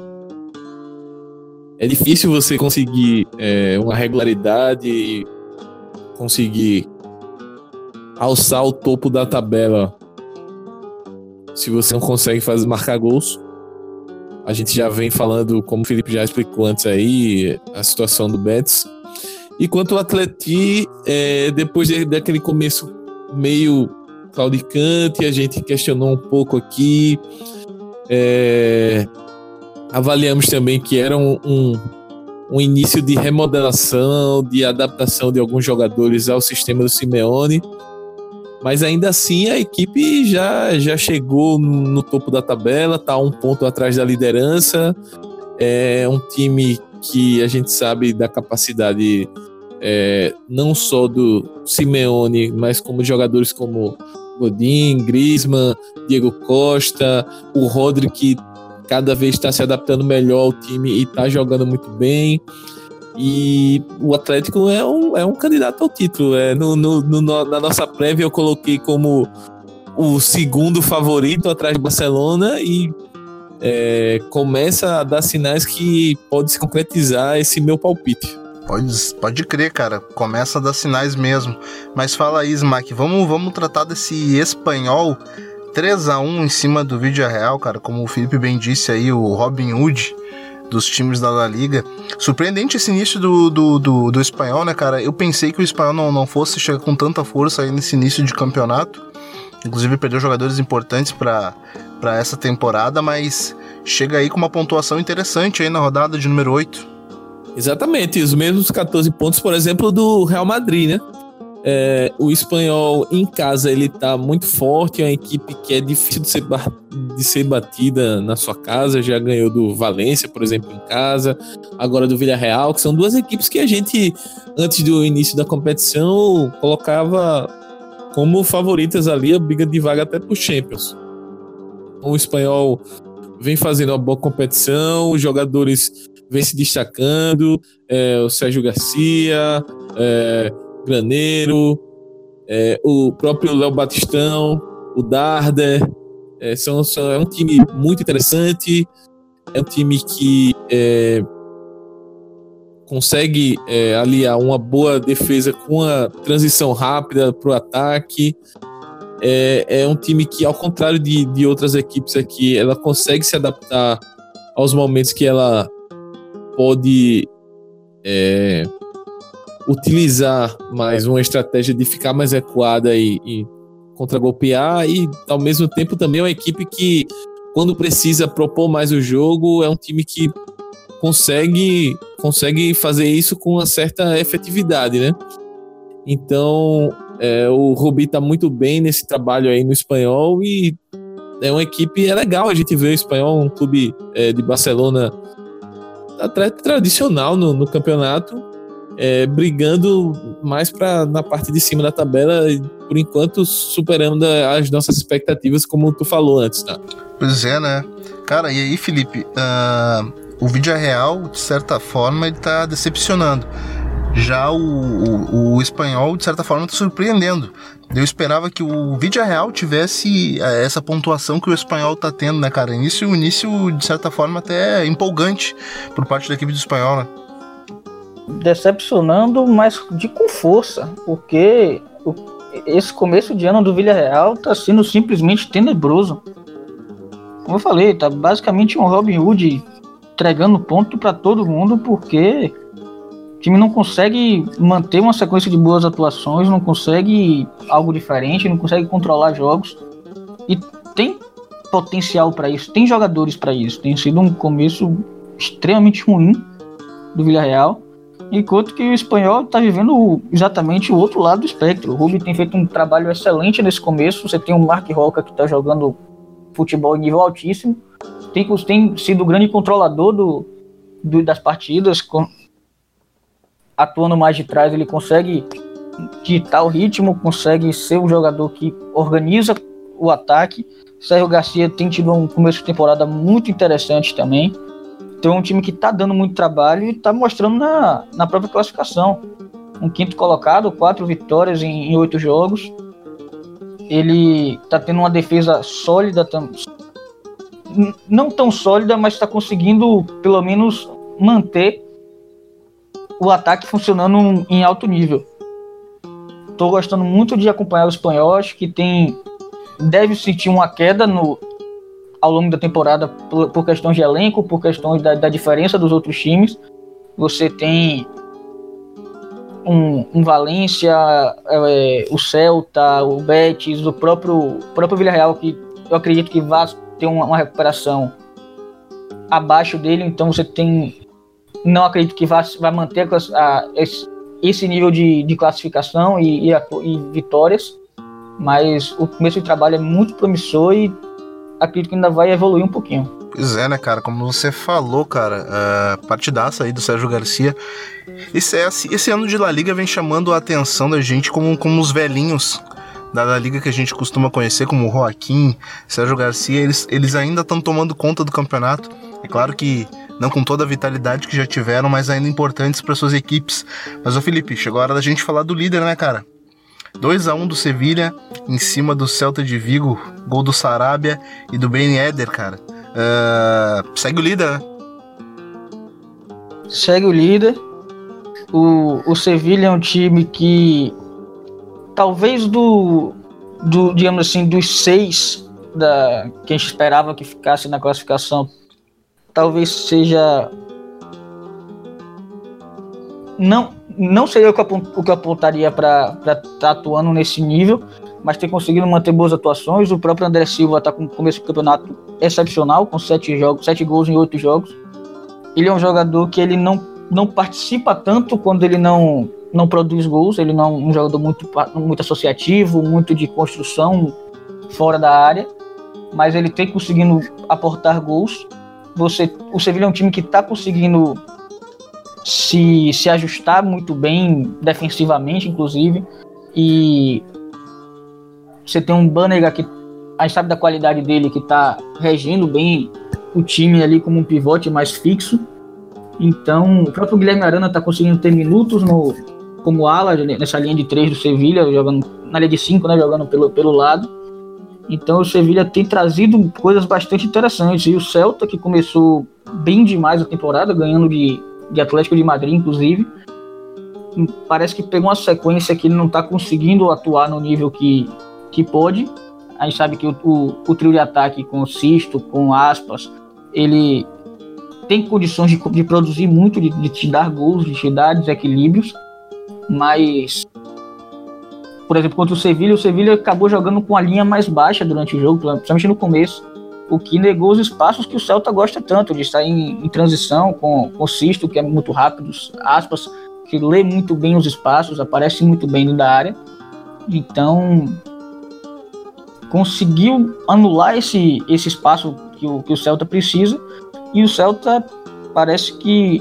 É difícil você conseguir é, uma regularidade e conseguir alçar o topo da tabela se você não consegue fazer, marcar gols. A gente já vem falando, como o Felipe já explicou antes aí, a situação do Betis. E quanto ao Atleti, é, depois de, daquele começo meio claudicante, a gente questionou um pouco aqui. É... Avaliamos também que era um, um, um início de remodelação, de adaptação de alguns jogadores ao sistema do Simeone, mas ainda assim a equipe já, já chegou no topo da tabela, está um ponto atrás da liderança. É um time que a gente sabe da capacidade é, não só do Simeone, mas como jogadores como Godin, Griezmann, Diego Costa, o Rodri, que cada vez está se adaptando melhor ao time e está jogando muito bem. E o Atlético é um, é um candidato ao título. É, no, no, no, na nossa prévia eu coloquei como o segundo favorito atrás do Barcelona e é, começa a dar sinais que pode se concretizar esse meu palpite. Pode, pode crer, cara. Começa a dar sinais mesmo. Mas fala aí, Smack, vamos, vamos tratar desse espanhol três a um em cima do Villarreal, cara. Como o Felipe bem disse aí, o Robin Hood dos times da La Liga. Surpreendente esse início do, do, do, do espanhol, né, cara? Eu pensei que o espanhol não, não fosse chegar com tanta força aí nesse início de campeonato. Inclusive perdeu jogadores importantes para para essa temporada, mas chega aí com uma pontuação interessante aí na rodada de número oito. Exatamente, os mesmos catorze pontos, por exemplo, do Real Madrid, né? É, o espanhol em casa ele tá muito forte, é uma equipe que é difícil de ser, de ser batida na sua casa, já ganhou do Valência, por exemplo, em casa, agora do Villarreal, que são duas equipes que a gente, antes do início da competição, colocava como favoritas ali, a briga de vaga até pro Champions. O espanhol vem fazendo uma boa competição, os jogadores vêm se destacando, é, o Sérgio Garcia, é, Graneiro, é, o próprio Léo Batistão, o Darder, é, são, são, é um time muito interessante, é um time que é, consegue é, aliar uma boa defesa com a transição rápida para o ataque. É, é um time que, ao contrário de, de outras equipes aqui, ela consegue se adaptar aos momentos que ela pode é, utilizar mais uma estratégia de ficar mais recuada e, e contra-golpear, e ao mesmo tempo também é uma equipe que, quando precisa propor mais o jogo, é um time que consegue, consegue fazer isso com uma certa efetividade, né? Então é, o Rubi está muito bem nesse trabalho aí no espanhol e é uma equipe, é legal a gente ver o espanhol, um clube é, de Barcelona até tradicional no, no campeonato, é, brigando mais pra, na parte de cima da tabela, e, por enquanto superando as nossas expectativas, como tu falou antes, tá? Pois é, né? Cara, e aí, Felipe, uh, o Villarreal, de certa forma, ele tá decepcionando. Já o, o, o espanhol, de certa forma, está surpreendendo. Eu esperava que o Villarreal tivesse essa pontuação que o espanhol está tendo, né, cara? Início, início, de certa forma, até empolgante por parte da equipe do espanhol, né? Decepcionando, mas de com força, porque o, esse começo de ano do Villarreal está sendo simplesmente tenebroso. Como eu falei, tá basicamente um Robin Hood entregando ponto para todo mundo, porque o time não consegue manter uma sequência de boas atuações, não consegue algo diferente, não consegue controlar jogos. E tem potencial para isso, tem jogadores para isso. Tem sido um começo extremamente ruim do Villarreal, enquanto que o espanhol está vivendo exatamente o outro lado do espectro. O Rubi tem feito um trabalho excelente nesse começo. Você tem o Marc Roca, que está jogando futebol em nível altíssimo, tem, tem sido o grande controlador do, do, das partidas, com, atuando mais de trás. Ele consegue ditar o ritmo, consegue ser um jogador que organiza o ataque. Sérgio Garcia tem tido um começo de temporada muito interessante também. Então é um time que está dando muito trabalho e está mostrando na, na própria classificação. Um quinto colocado, quatro vitórias em, em oito jogos. Ele está tendo uma defesa sólida, tam, não tão sólida, mas está conseguindo pelo menos manter o ataque funcionando em alto nível. Estou gostando muito de acompanhar o espanhol. Acho que tem, deve sentir uma queda no, ao longo da temporada por, por questões de elenco, por questões da, da diferença dos outros times. Você tem um, um Valência, é, o Celta, o Betis, o próprio, próprio Villarreal, que eu acredito que vai ter uma, uma recuperação abaixo dele. Então você tem, não acredito que vai, vai manter a, a, esse, esse nível de, de classificação e, e, a, e vitórias, mas o começo de trabalho é muito promissor e acredito que ainda vai evoluir um pouquinho. Pois é, né, cara? Como você falou, cara, uh, partidaça aí do Sérgio Garcia. Esse, esse ano de La Liga vem chamando a atenção da gente como, como os velhinhos da La Liga que a gente costuma conhecer, como o Joaquim, Sérgio Garcia. Eles, eles ainda estão tomando conta do campeonato. É claro que não com toda a vitalidade que já tiveram, mas ainda importantes para suas equipes. Mas, ô Felipe, chegou a hora da gente falar do líder, né, cara? dois a um do Sevilha, em cima do Celta de Vigo, gol do Sarabia e do Ben Yedder, cara. Uh, segue o líder, né? Segue o líder. O, o Sevilha é um time que talvez do, do digamos assim, dos seis da, que a gente esperava que ficasse na classificação, talvez seja não, não seria o que, apont, o que eu apontaria para estar tá atuando nesse nível, mas tem conseguido manter boas atuações. O próprio André Silva está com o começo do campeonato excepcional, com sete jogos, sete gols em oito jogos. Ele é um jogador que ele não, não participa tanto quando ele não, não produz gols. Ele não é um jogador muito, muito associativo, muito de construção fora da área, mas ele tem conseguindo aportar gols. Você, o Sevilha é um time que está conseguindo se, se ajustar muito bem defensivamente, inclusive, e você tem um Banega que a gente sabe da qualidade dele, que está regindo bem o time ali como um pivote mais fixo. Então o próprio Guilherme Arana está conseguindo ter minutos no, como ala nessa linha de três do Sevilha, jogando na linha de cinco, né, jogando pelo, pelo lado. Então o Sevilha tem trazido coisas bastante interessantes. E o Celta, que começou bem demais a temporada, ganhando de, de Atlético de Madrid, inclusive, parece que pegou uma sequência que ele não está conseguindo atuar no nível que, que pode. A gente sabe que o, o, o trio de ataque com o Sisto, com Aspas, ele tem condições de, de produzir muito, de, de te dar gols, de te dar desequilíbrios, mas, por exemplo, contra o Sevilha, o Sevilha acabou jogando com a linha mais baixa durante o jogo, principalmente no começo, o que negou os espaços que o Celta gosta tanto, de estar em, em transição com, com o Sisto, que é muito rápido, Aspas, que lê muito bem os espaços, aparece muito bem dentro da área. Então conseguiu anular esse, esse espaço que o, que o Celta precisa, e o Celta parece que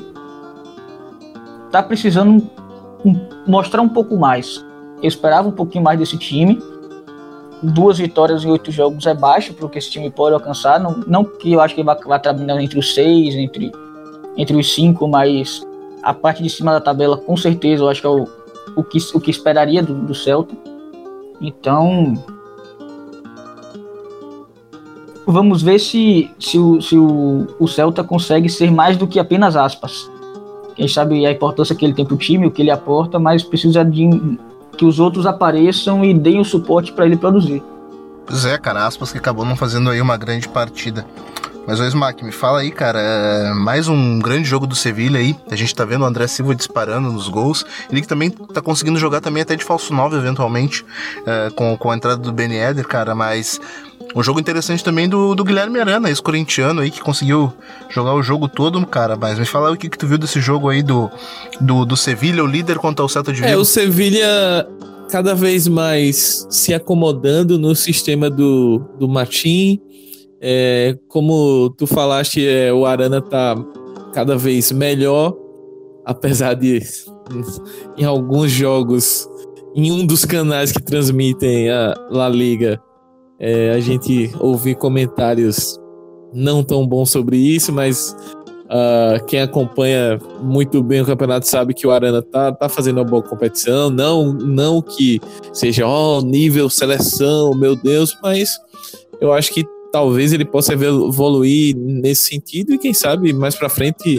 está precisando mostrar um pouco mais. Eu esperava um pouquinho mais desse time. Duas vitórias em oito jogos é baixo para o que esse time pode alcançar. Não, não que eu acho que ele vai, vai trabalhando entre os seis, entre, entre os cinco, mas a parte de cima da tabela, com certeza, eu acho que é o, o, que, o que esperaria do, do Celta. Então vamos ver se, se, o, se o, o Celta consegue ser mais do que apenas Aspas. Quem sabe a importância que ele tem para o time, o que ele aporta, mas precisa de que os outros apareçam e deem o suporte para ele produzir. Pois é, cara, Aspas que acabou não fazendo aí uma grande partida. Mas o Smack, me fala aí, cara, é mais um grande jogo do Sevilha aí. A gente tá vendo o André Silva disparando nos gols. Ele que também tá conseguindo jogar também até de falso nove, eventualmente, é, com, com a entrada do Ben Yedder, cara. Mas um jogo interessante também do, do Guilherme Arana, esse corintiano aí que conseguiu jogar o jogo todo, cara. Mas me fala aí o que, que tu viu desse jogo aí do, do, do Sevilha, o líder contra o Celta de Vigo. É, o Sevilha cada vez mais se acomodando no sistema do, do Martín. É, como tu falaste, é, o Arana tá cada vez melhor, apesar de em alguns jogos, em um dos canais que transmitem a La Liga, é, a gente ouvir comentários não tão bons sobre isso, mas uh, quem acompanha muito bem o campeonato sabe que o Arana tá, tá fazendo uma boa competição, não, não que seja ó, nível seleção, meu Deus, mas eu acho que talvez ele possa evoluir nesse sentido e quem sabe mais pra frente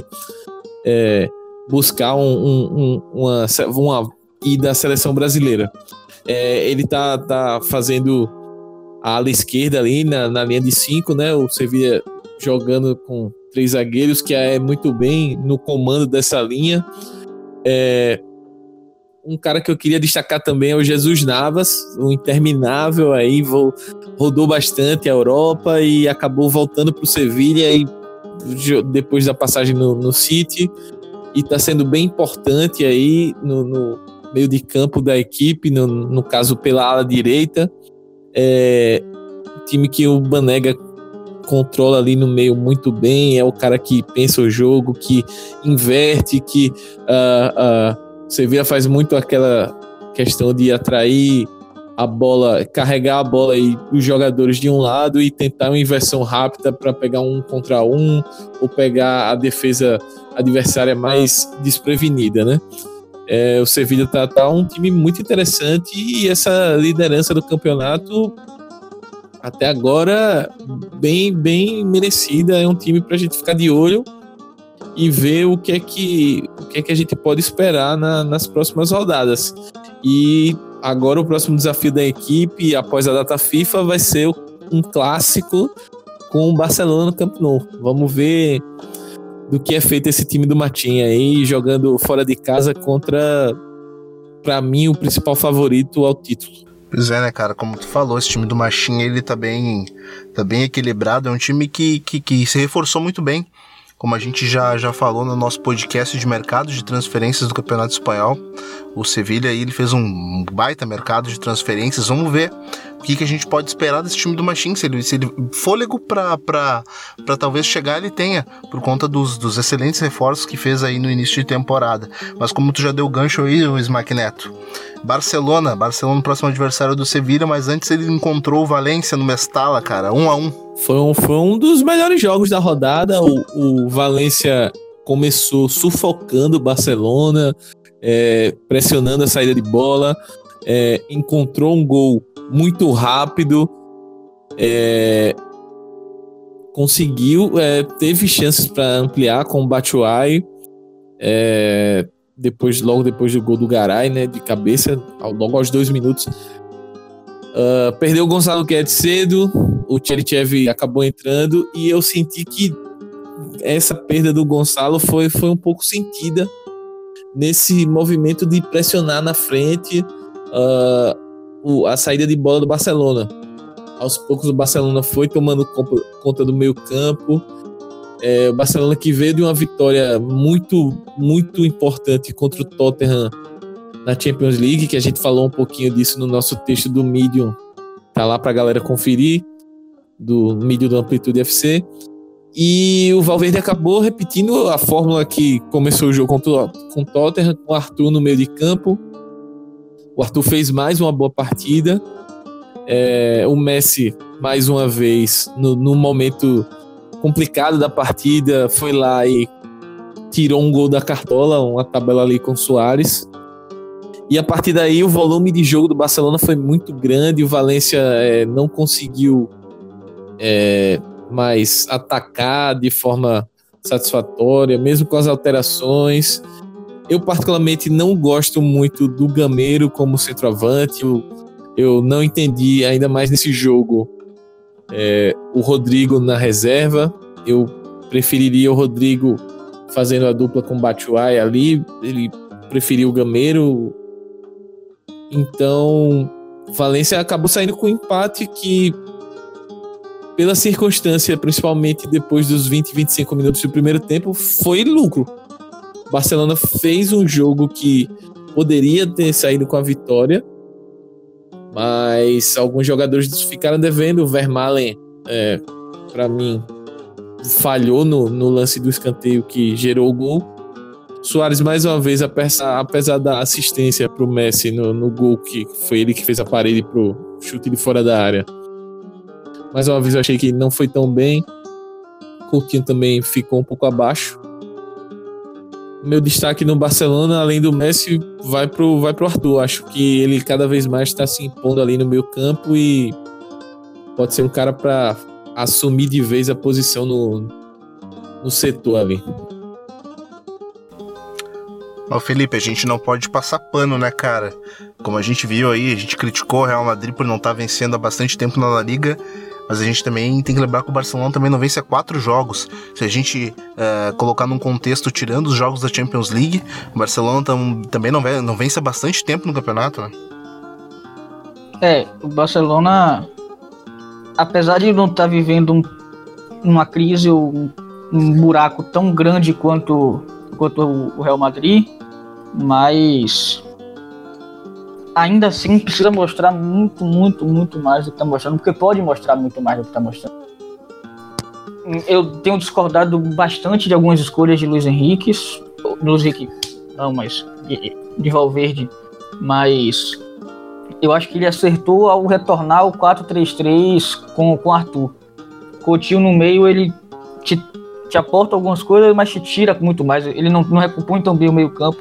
é, buscar um, um, uma, uma ida à seleção brasileira. É, ele tá, tá fazendo a ala esquerda ali na, na linha de cinco, né? O Sevilha jogando com três zagueiros, que é muito bem no comando dessa linha. É, um cara que eu queria destacar também é o Jesus Navas, um interminável aí, rodou bastante a Europa e acabou voltando para o Sevilha e, depois da passagem no, no City, e está sendo bem importante aí no, no meio de campo da equipe, no, no caso pela ala direita. É, time que o Banega controla ali no meio muito bem, é o cara que pensa o jogo, que inverte, que uh, uh, o Sevilla faz muito aquela questão de atrair a bola, carregar a bola e os jogadores de um lado e tentar uma inversão rápida para pegar um contra um ou pegar a defesa adversária mais desprevenida, né? É, o Sevilla tá, tá um time muito interessante e essa liderança do campeonato até agora bem, bem merecida. É um time pra gente ficar de olho e ver o que é que, o que, é que a gente pode esperar na, nas próximas rodadas. E agora o próximo desafio da equipe após a data FIFA vai ser um clássico com o Barcelona no Camp Nou. Vamos ver do que é feito esse time do Matinha aí, jogando fora de casa contra, pra mim, o principal favorito ao título. Pois é, né, cara, como tu falou, esse time do Machinha, ele tá bem, tá bem equilibrado, é um time que, que, que se reforçou muito bem, como a gente já, já falou no nosso podcast de mercado de transferências do Campeonato Espanhol. O Sevilla aí, ele fez um baita mercado de transferências. Vamos ver o que, que a gente pode esperar desse time do Machinha, se ele, se ele fôlego pra, pra, pra talvez chegar ele tenha, por conta dos, dos excelentes reforços que fez aí no início de temporada. Mas como tu já deu gancho aí, o Smack Neto, Barcelona, Barcelona no próximo adversário do Sevilla, mas antes ele encontrou o Valência no Mestalla, cara, um a um. Foi um, foi um dos melhores jogos da rodada. O, o Valência começou sufocando o Barcelona, é, pressionando a saída de bola, é, encontrou um gol muito rápido, é, conseguiu, é, teve chances para ampliar com o Batshuayi, é, depois, logo depois do gol do Garay, né, de cabeça, logo aos dois minutos. Uh, perdeu o Gonçalo Guedes cedo, o Cherichev acabou entrando e eu senti que essa perda do Gonçalo foi, foi um pouco sentida nesse movimento de pressionar na frente uh, o, a saída de bola do Barcelona. Aos poucos o Barcelona foi tomando conta do meio campo. É, o Barcelona que veio de uma vitória muito, muito importante contra o Tottenham na Champions League, que a gente falou um pouquinho disso no nosso texto do Medium, tá lá pra galera conferir, do Medium do Amplitude F C. E o Valverde acabou repetindo a fórmula que começou o jogo contra o Tottenham, com o Arthur no meio de campo. O Arthur fez mais uma boa partida. É, o Messi, mais uma vez, no, no momento complicado da partida, foi lá e tirou um gol da cartola, uma tabela ali com o Suárez. E a partir daí o volume de jogo do Barcelona foi muito grande, o Valência é, não conseguiu é, mais atacar de forma satisfatória, mesmo com as alterações. Eu particularmente não gosto muito do Gameiro como centroavante, eu, eu não entendi ainda mais nesse jogo é, o Rodrigo na reserva. Eu preferiria o Rodrigo fazendo a dupla com o Batshuayi ali, ele preferiu o Gameiro. Então, Valência acabou saindo com um empate que, pela circunstância, principalmente depois dos vinte, vinte e cinco minutos do primeiro tempo, foi lucro. O Barcelona fez um jogo que poderia ter saído com a vitória, mas alguns jogadores ficaram devendo. O Vermaelen, é, para mim, falhou no, no lance do escanteio que gerou o gol. Suárez, mais uma vez, apesar, apesar da assistência pro Messi no, no gol, que foi ele que fez a parede pro chute de fora da área, mais uma vez eu achei que não foi tão bem. Coutinho também ficou um pouco abaixo. Meu destaque no Barcelona, além do Messi, vai pro, vai pro Arthur. Acho que ele cada vez mais está se impondo ali no meio campo e pode ser um cara para assumir de vez a posição no, no setor ali. Ó, Felipe, a gente não pode passar pano, né, cara? Como a gente viu aí, a gente criticou o Real Madrid por não estar tá vencendo há bastante tempo na La Liga, mas a gente também tem que lembrar que o Barcelona também não vence há quatro jogos. Se a gente uh, colocar num contexto, tirando os jogos da Champions League, o Barcelona tam, também não, ve- não vence há bastante tempo no campeonato, né? É, o Barcelona, apesar de não estar tá vivendo um, uma crise ou um, um buraco tão grande quanto, quanto o Real Madrid, mas ainda assim precisa mostrar muito, muito, muito mais do que está mostrando, porque pode mostrar muito mais do que está mostrando. eu tenho discordado bastante de algumas escolhas de Luiz Henrique, Luiz Henrique, não, mas de, de Valverde, mas eu acho que ele acertou ao retornar ao quatro três três com o Arthur. Coutinho no meio, ele te, te aporta algumas coisas, mas te tira muito mais. Ele não, não recompõe tão bem o meio campo.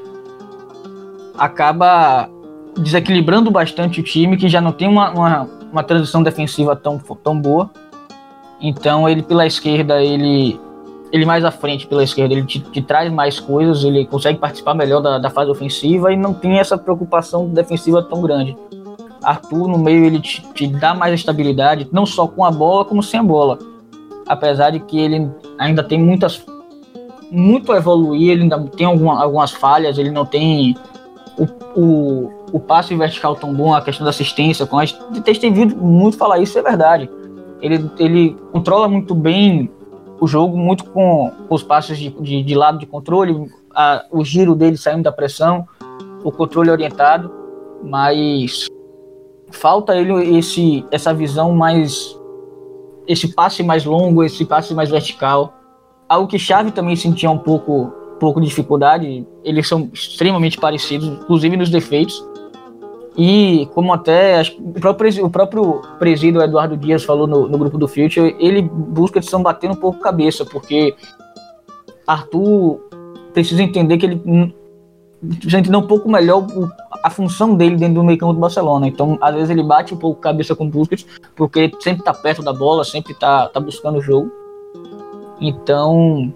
Acaba desequilibrando bastante o time, que já não tem uma, uma, uma transição defensiva tão, tão boa. Então ele pela esquerda, ele, ele mais à frente pela esquerda, ele te, te traz mais coisas, ele consegue participar melhor da, da fase ofensiva e não tem essa preocupação defensiva tão grande. Arthur no meio, ele te, te dá mais estabilidade, não só com a bola como sem a bola. Apesar de que ele ainda tem muitas muito a evoluir, ele ainda tem alguma, algumas falhas, ele não tem o, o, o passe vertical tão bom, a questão da assistência, com a gente tem visto muito falar isso, é verdade. Ele, ele controla muito bem o jogo, muito com os passes de, de, de lado de controle, a, o giro dele saindo da pressão, o controle orientado, mas falta ele esse, essa visão mais, esse passe mais longo, esse passe mais vertical, algo que Xavi também sentia um pouco, pouco de dificuldade. Eles são extremamente parecidos, inclusive nos defeitos. E como até acho, o, próprio, o próprio presídio Eduardo Dias falou no, no grupo do Future, ele busca de São bater um pouco cabeça, porque Arthur precisa entender que ele precisa entender um pouco melhor o, a função dele dentro do meio campo do Barcelona. Então, às vezes ele bate um pouco cabeça com o Busquets, porque ele sempre está perto da bola, sempre está tá buscando o jogo. Então,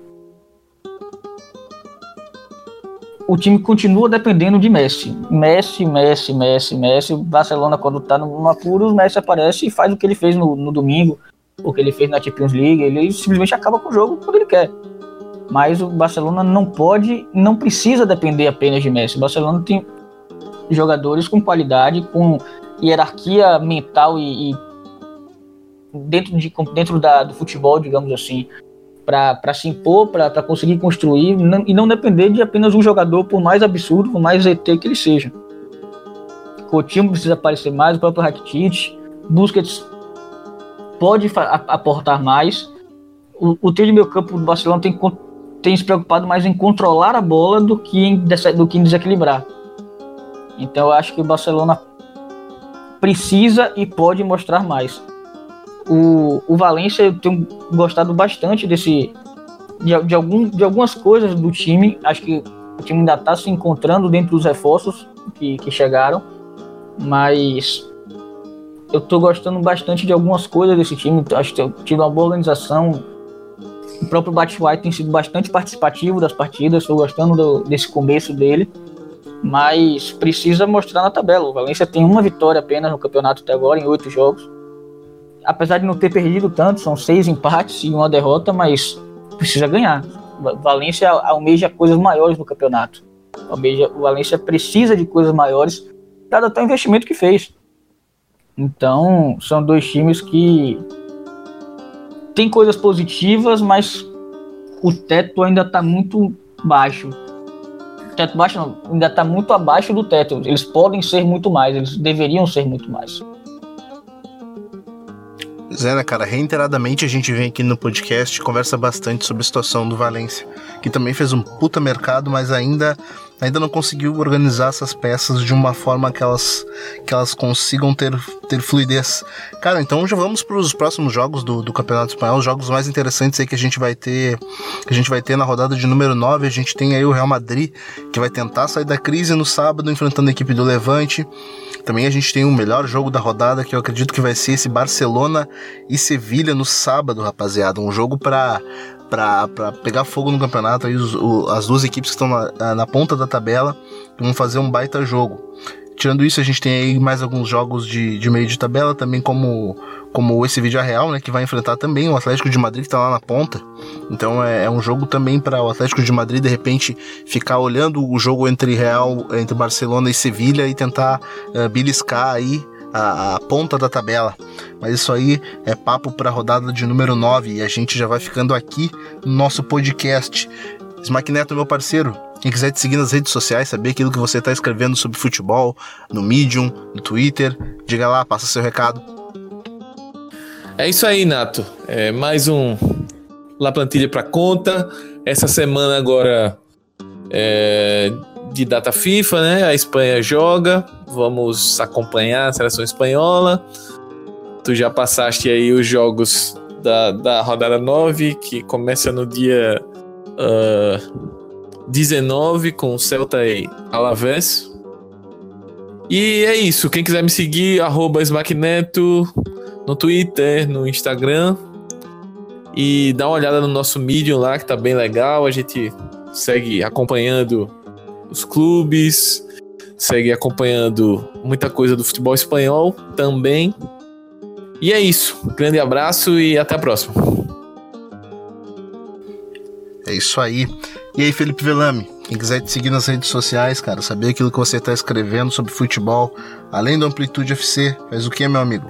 o time continua dependendo de Messi. Messi, Messi, Messi, Messi. O Barcelona, quando tá no, no apuro, o Messi aparece e faz o que ele fez no, no domingo, o que ele fez na Champions League. Ele simplesmente acaba com o jogo quando ele quer. Mas o Barcelona não pode, não precisa depender apenas de Messi. O Barcelona tem jogadores com qualidade, com hierarquia mental e, e dentro, de, dentro da, do futebol, digamos assim, para se impor, para conseguir construir não, e não depender de apenas um jogador, por mais absurdo, por mais E T que ele seja. Coutinho precisa aparecer mais, o próprio Rakitic, Busquets pode fa- aportar mais. O, o trio de meio campo do Barcelona tem, tem se preocupado mais em controlar a bola do que em, do que em desequilibrar. Então eu acho que o Barcelona precisa e pode mostrar mais. O, o Valência, eu tenho gostado bastante desse, de, de, algum, de algumas coisas do time. Acho que o time ainda está se encontrando dentro dos reforços que, que chegaram, mas eu estou gostando bastante de algumas coisas desse time. Acho que tem tido uma boa organização. O próprio Batshuayi tem sido bastante participativo das partidas, estou gostando do, desse começo dele, mas precisa mostrar na tabela. O Valência tem uma vitória apenas no campeonato até agora, em oito jogos. Apesar de não ter perdido tanto, são seis empates e uma derrota, mas precisa ganhar. Valência almeja coisas maiores no campeonato. Almeja, o Valência precisa de coisas maiores, dado até o investimento que fez. Então, são dois times que têm coisas positivas, mas o teto ainda está muito baixo. O teto baixo não, ainda está muito abaixo do teto. Eles podem ser muito mais, eles deveriam ser muito mais. Zé, né, cara, reiteradamente a gente vem aqui no podcast e conversa bastante sobre a situação do Valência, que também fez um puta mercado, mas ainda, ainda não conseguiu organizar essas peças de uma forma que elas, que elas consigam ter, ter fluidez. Cara, então já vamos para os próximos jogos do, do Campeonato Espanhol, os jogos mais interessantes aí que a gente vai ter, que a gente vai ter na rodada de número nove. A gente tem aí o Real Madrid, que vai tentar sair da crise no sábado, enfrentando a equipe do Levante. Também a gente tem o melhor jogo da rodada, que eu acredito que vai ser esse Barcelona e Sevilha no sábado, rapaziada. Um jogo para para pegar fogo no campeonato. Aí os, o, as duas equipes que estão na, na ponta da tabela vão fazer um baita jogo. Tirando isso, a gente tem aí mais alguns jogos de, de meio de tabela, também como, como esse Villarreal, né, que vai enfrentar também o Atlético de Madrid, que está lá na ponta. Então é, é um jogo também para o Atlético de Madrid, de repente, ficar olhando o jogo entre Real, entre Barcelona e Sevilha e tentar uh, beliscar aí a, a ponta da tabela. Mas isso aí é papo para a rodada de número nove, e a gente já vai ficando aqui no nosso podcast. Smack Neto, meu parceiro, quem quiser te seguir nas redes sociais, saber aquilo que você está escrevendo sobre futebol, no Medium, no Twitter, diga lá, passa seu recado. É isso aí, Nato. É mais um, La Plantilha para conta. Essa semana agora é de data FIFA, né? A Espanha joga. Vamos acompanhar a seleção espanhola. Tu já passaste aí os jogos da, da rodada nove, que começa no dia uh, dezenove com Celta e Alavés. E é isso. Quem quiser me seguir, arroba Smackneto no Twitter, no Instagram. E dá uma olhada no nosso Medium lá, que tá bem legal. A gente segue acompanhando os clubes, segue acompanhando muita coisa do futebol espanhol também. E é isso. Grande abraço e até a próxima. É isso aí. E aí, Felipe Velame, quem quiser te seguir nas redes sociais, cara, saber aquilo que você tá escrevendo sobre futebol, além do Amplitude F C, faz o que, meu amigo?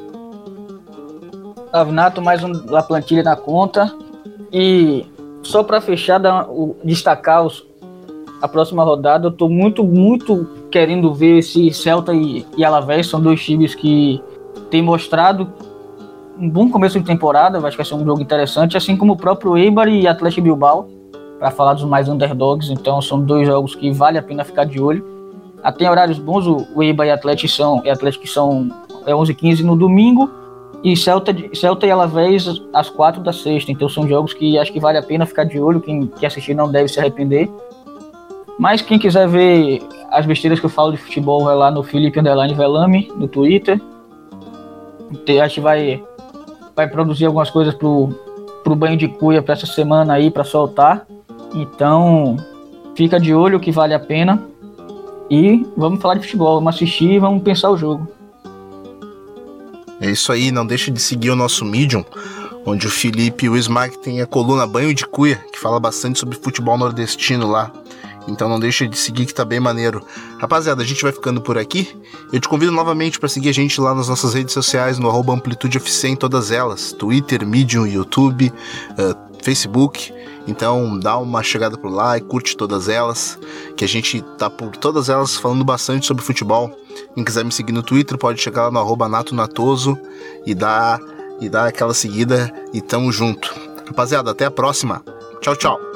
Avinato, mais um La Plantilha na conta. E só para fechar, dar, o, destacar os, a próxima rodada, eu tô muito, muito querendo ver esse Celta e, e Alavés. São dois times que têm mostrado um bom começo de temporada. Acho que vai ser um jogo interessante, assim como o próprio Eibar e Atlético Bilbao, para falar dos mais underdogs. Então são dois jogos que vale a pena ficar de olho. Até horários bons, o, o Eibar e Atlético são, e Atlético são é onze e quinze no domingo, e Celta, Celta e Alavés às quatro da sexta. Então são jogos que acho que vale a pena ficar de olho. Quem, quem assistir não deve se arrepender. Mas quem quiser ver as besteiras que eu falo de futebol, vai lá no Felipe Underline Velame, no Twitter. A gente vai, vai produzir algumas coisas pro, pro banho de cuia para essa semana aí, para soltar. Então fica de olho que vale a pena. E vamos falar de futebol, vamos assistir e vamos pensar o jogo. É isso aí, não deixe de seguir o nosso Medium, onde o Felipe e o Smack tem a coluna Banho de Cuia, que fala bastante sobre futebol nordestino lá. Então não deixe de seguir, que tá bem maneiro. Rapaziada, a gente vai ficando por aqui. Eu te convido novamente para seguir a gente lá nas nossas redes sociais, no arroba Amplitude F C em todas elas. Twitter, Medium, YouTube, uh, Facebook. Então dá uma chegada por lá e curte todas elas, que a gente tá por todas elas falando bastante sobre futebol. Quem quiser me seguir no Twitter pode chegar lá no arroba Nato Natoso e dar, e dar aquela seguida e tamo junto. Rapaziada, até a próxima. Tchau, tchau.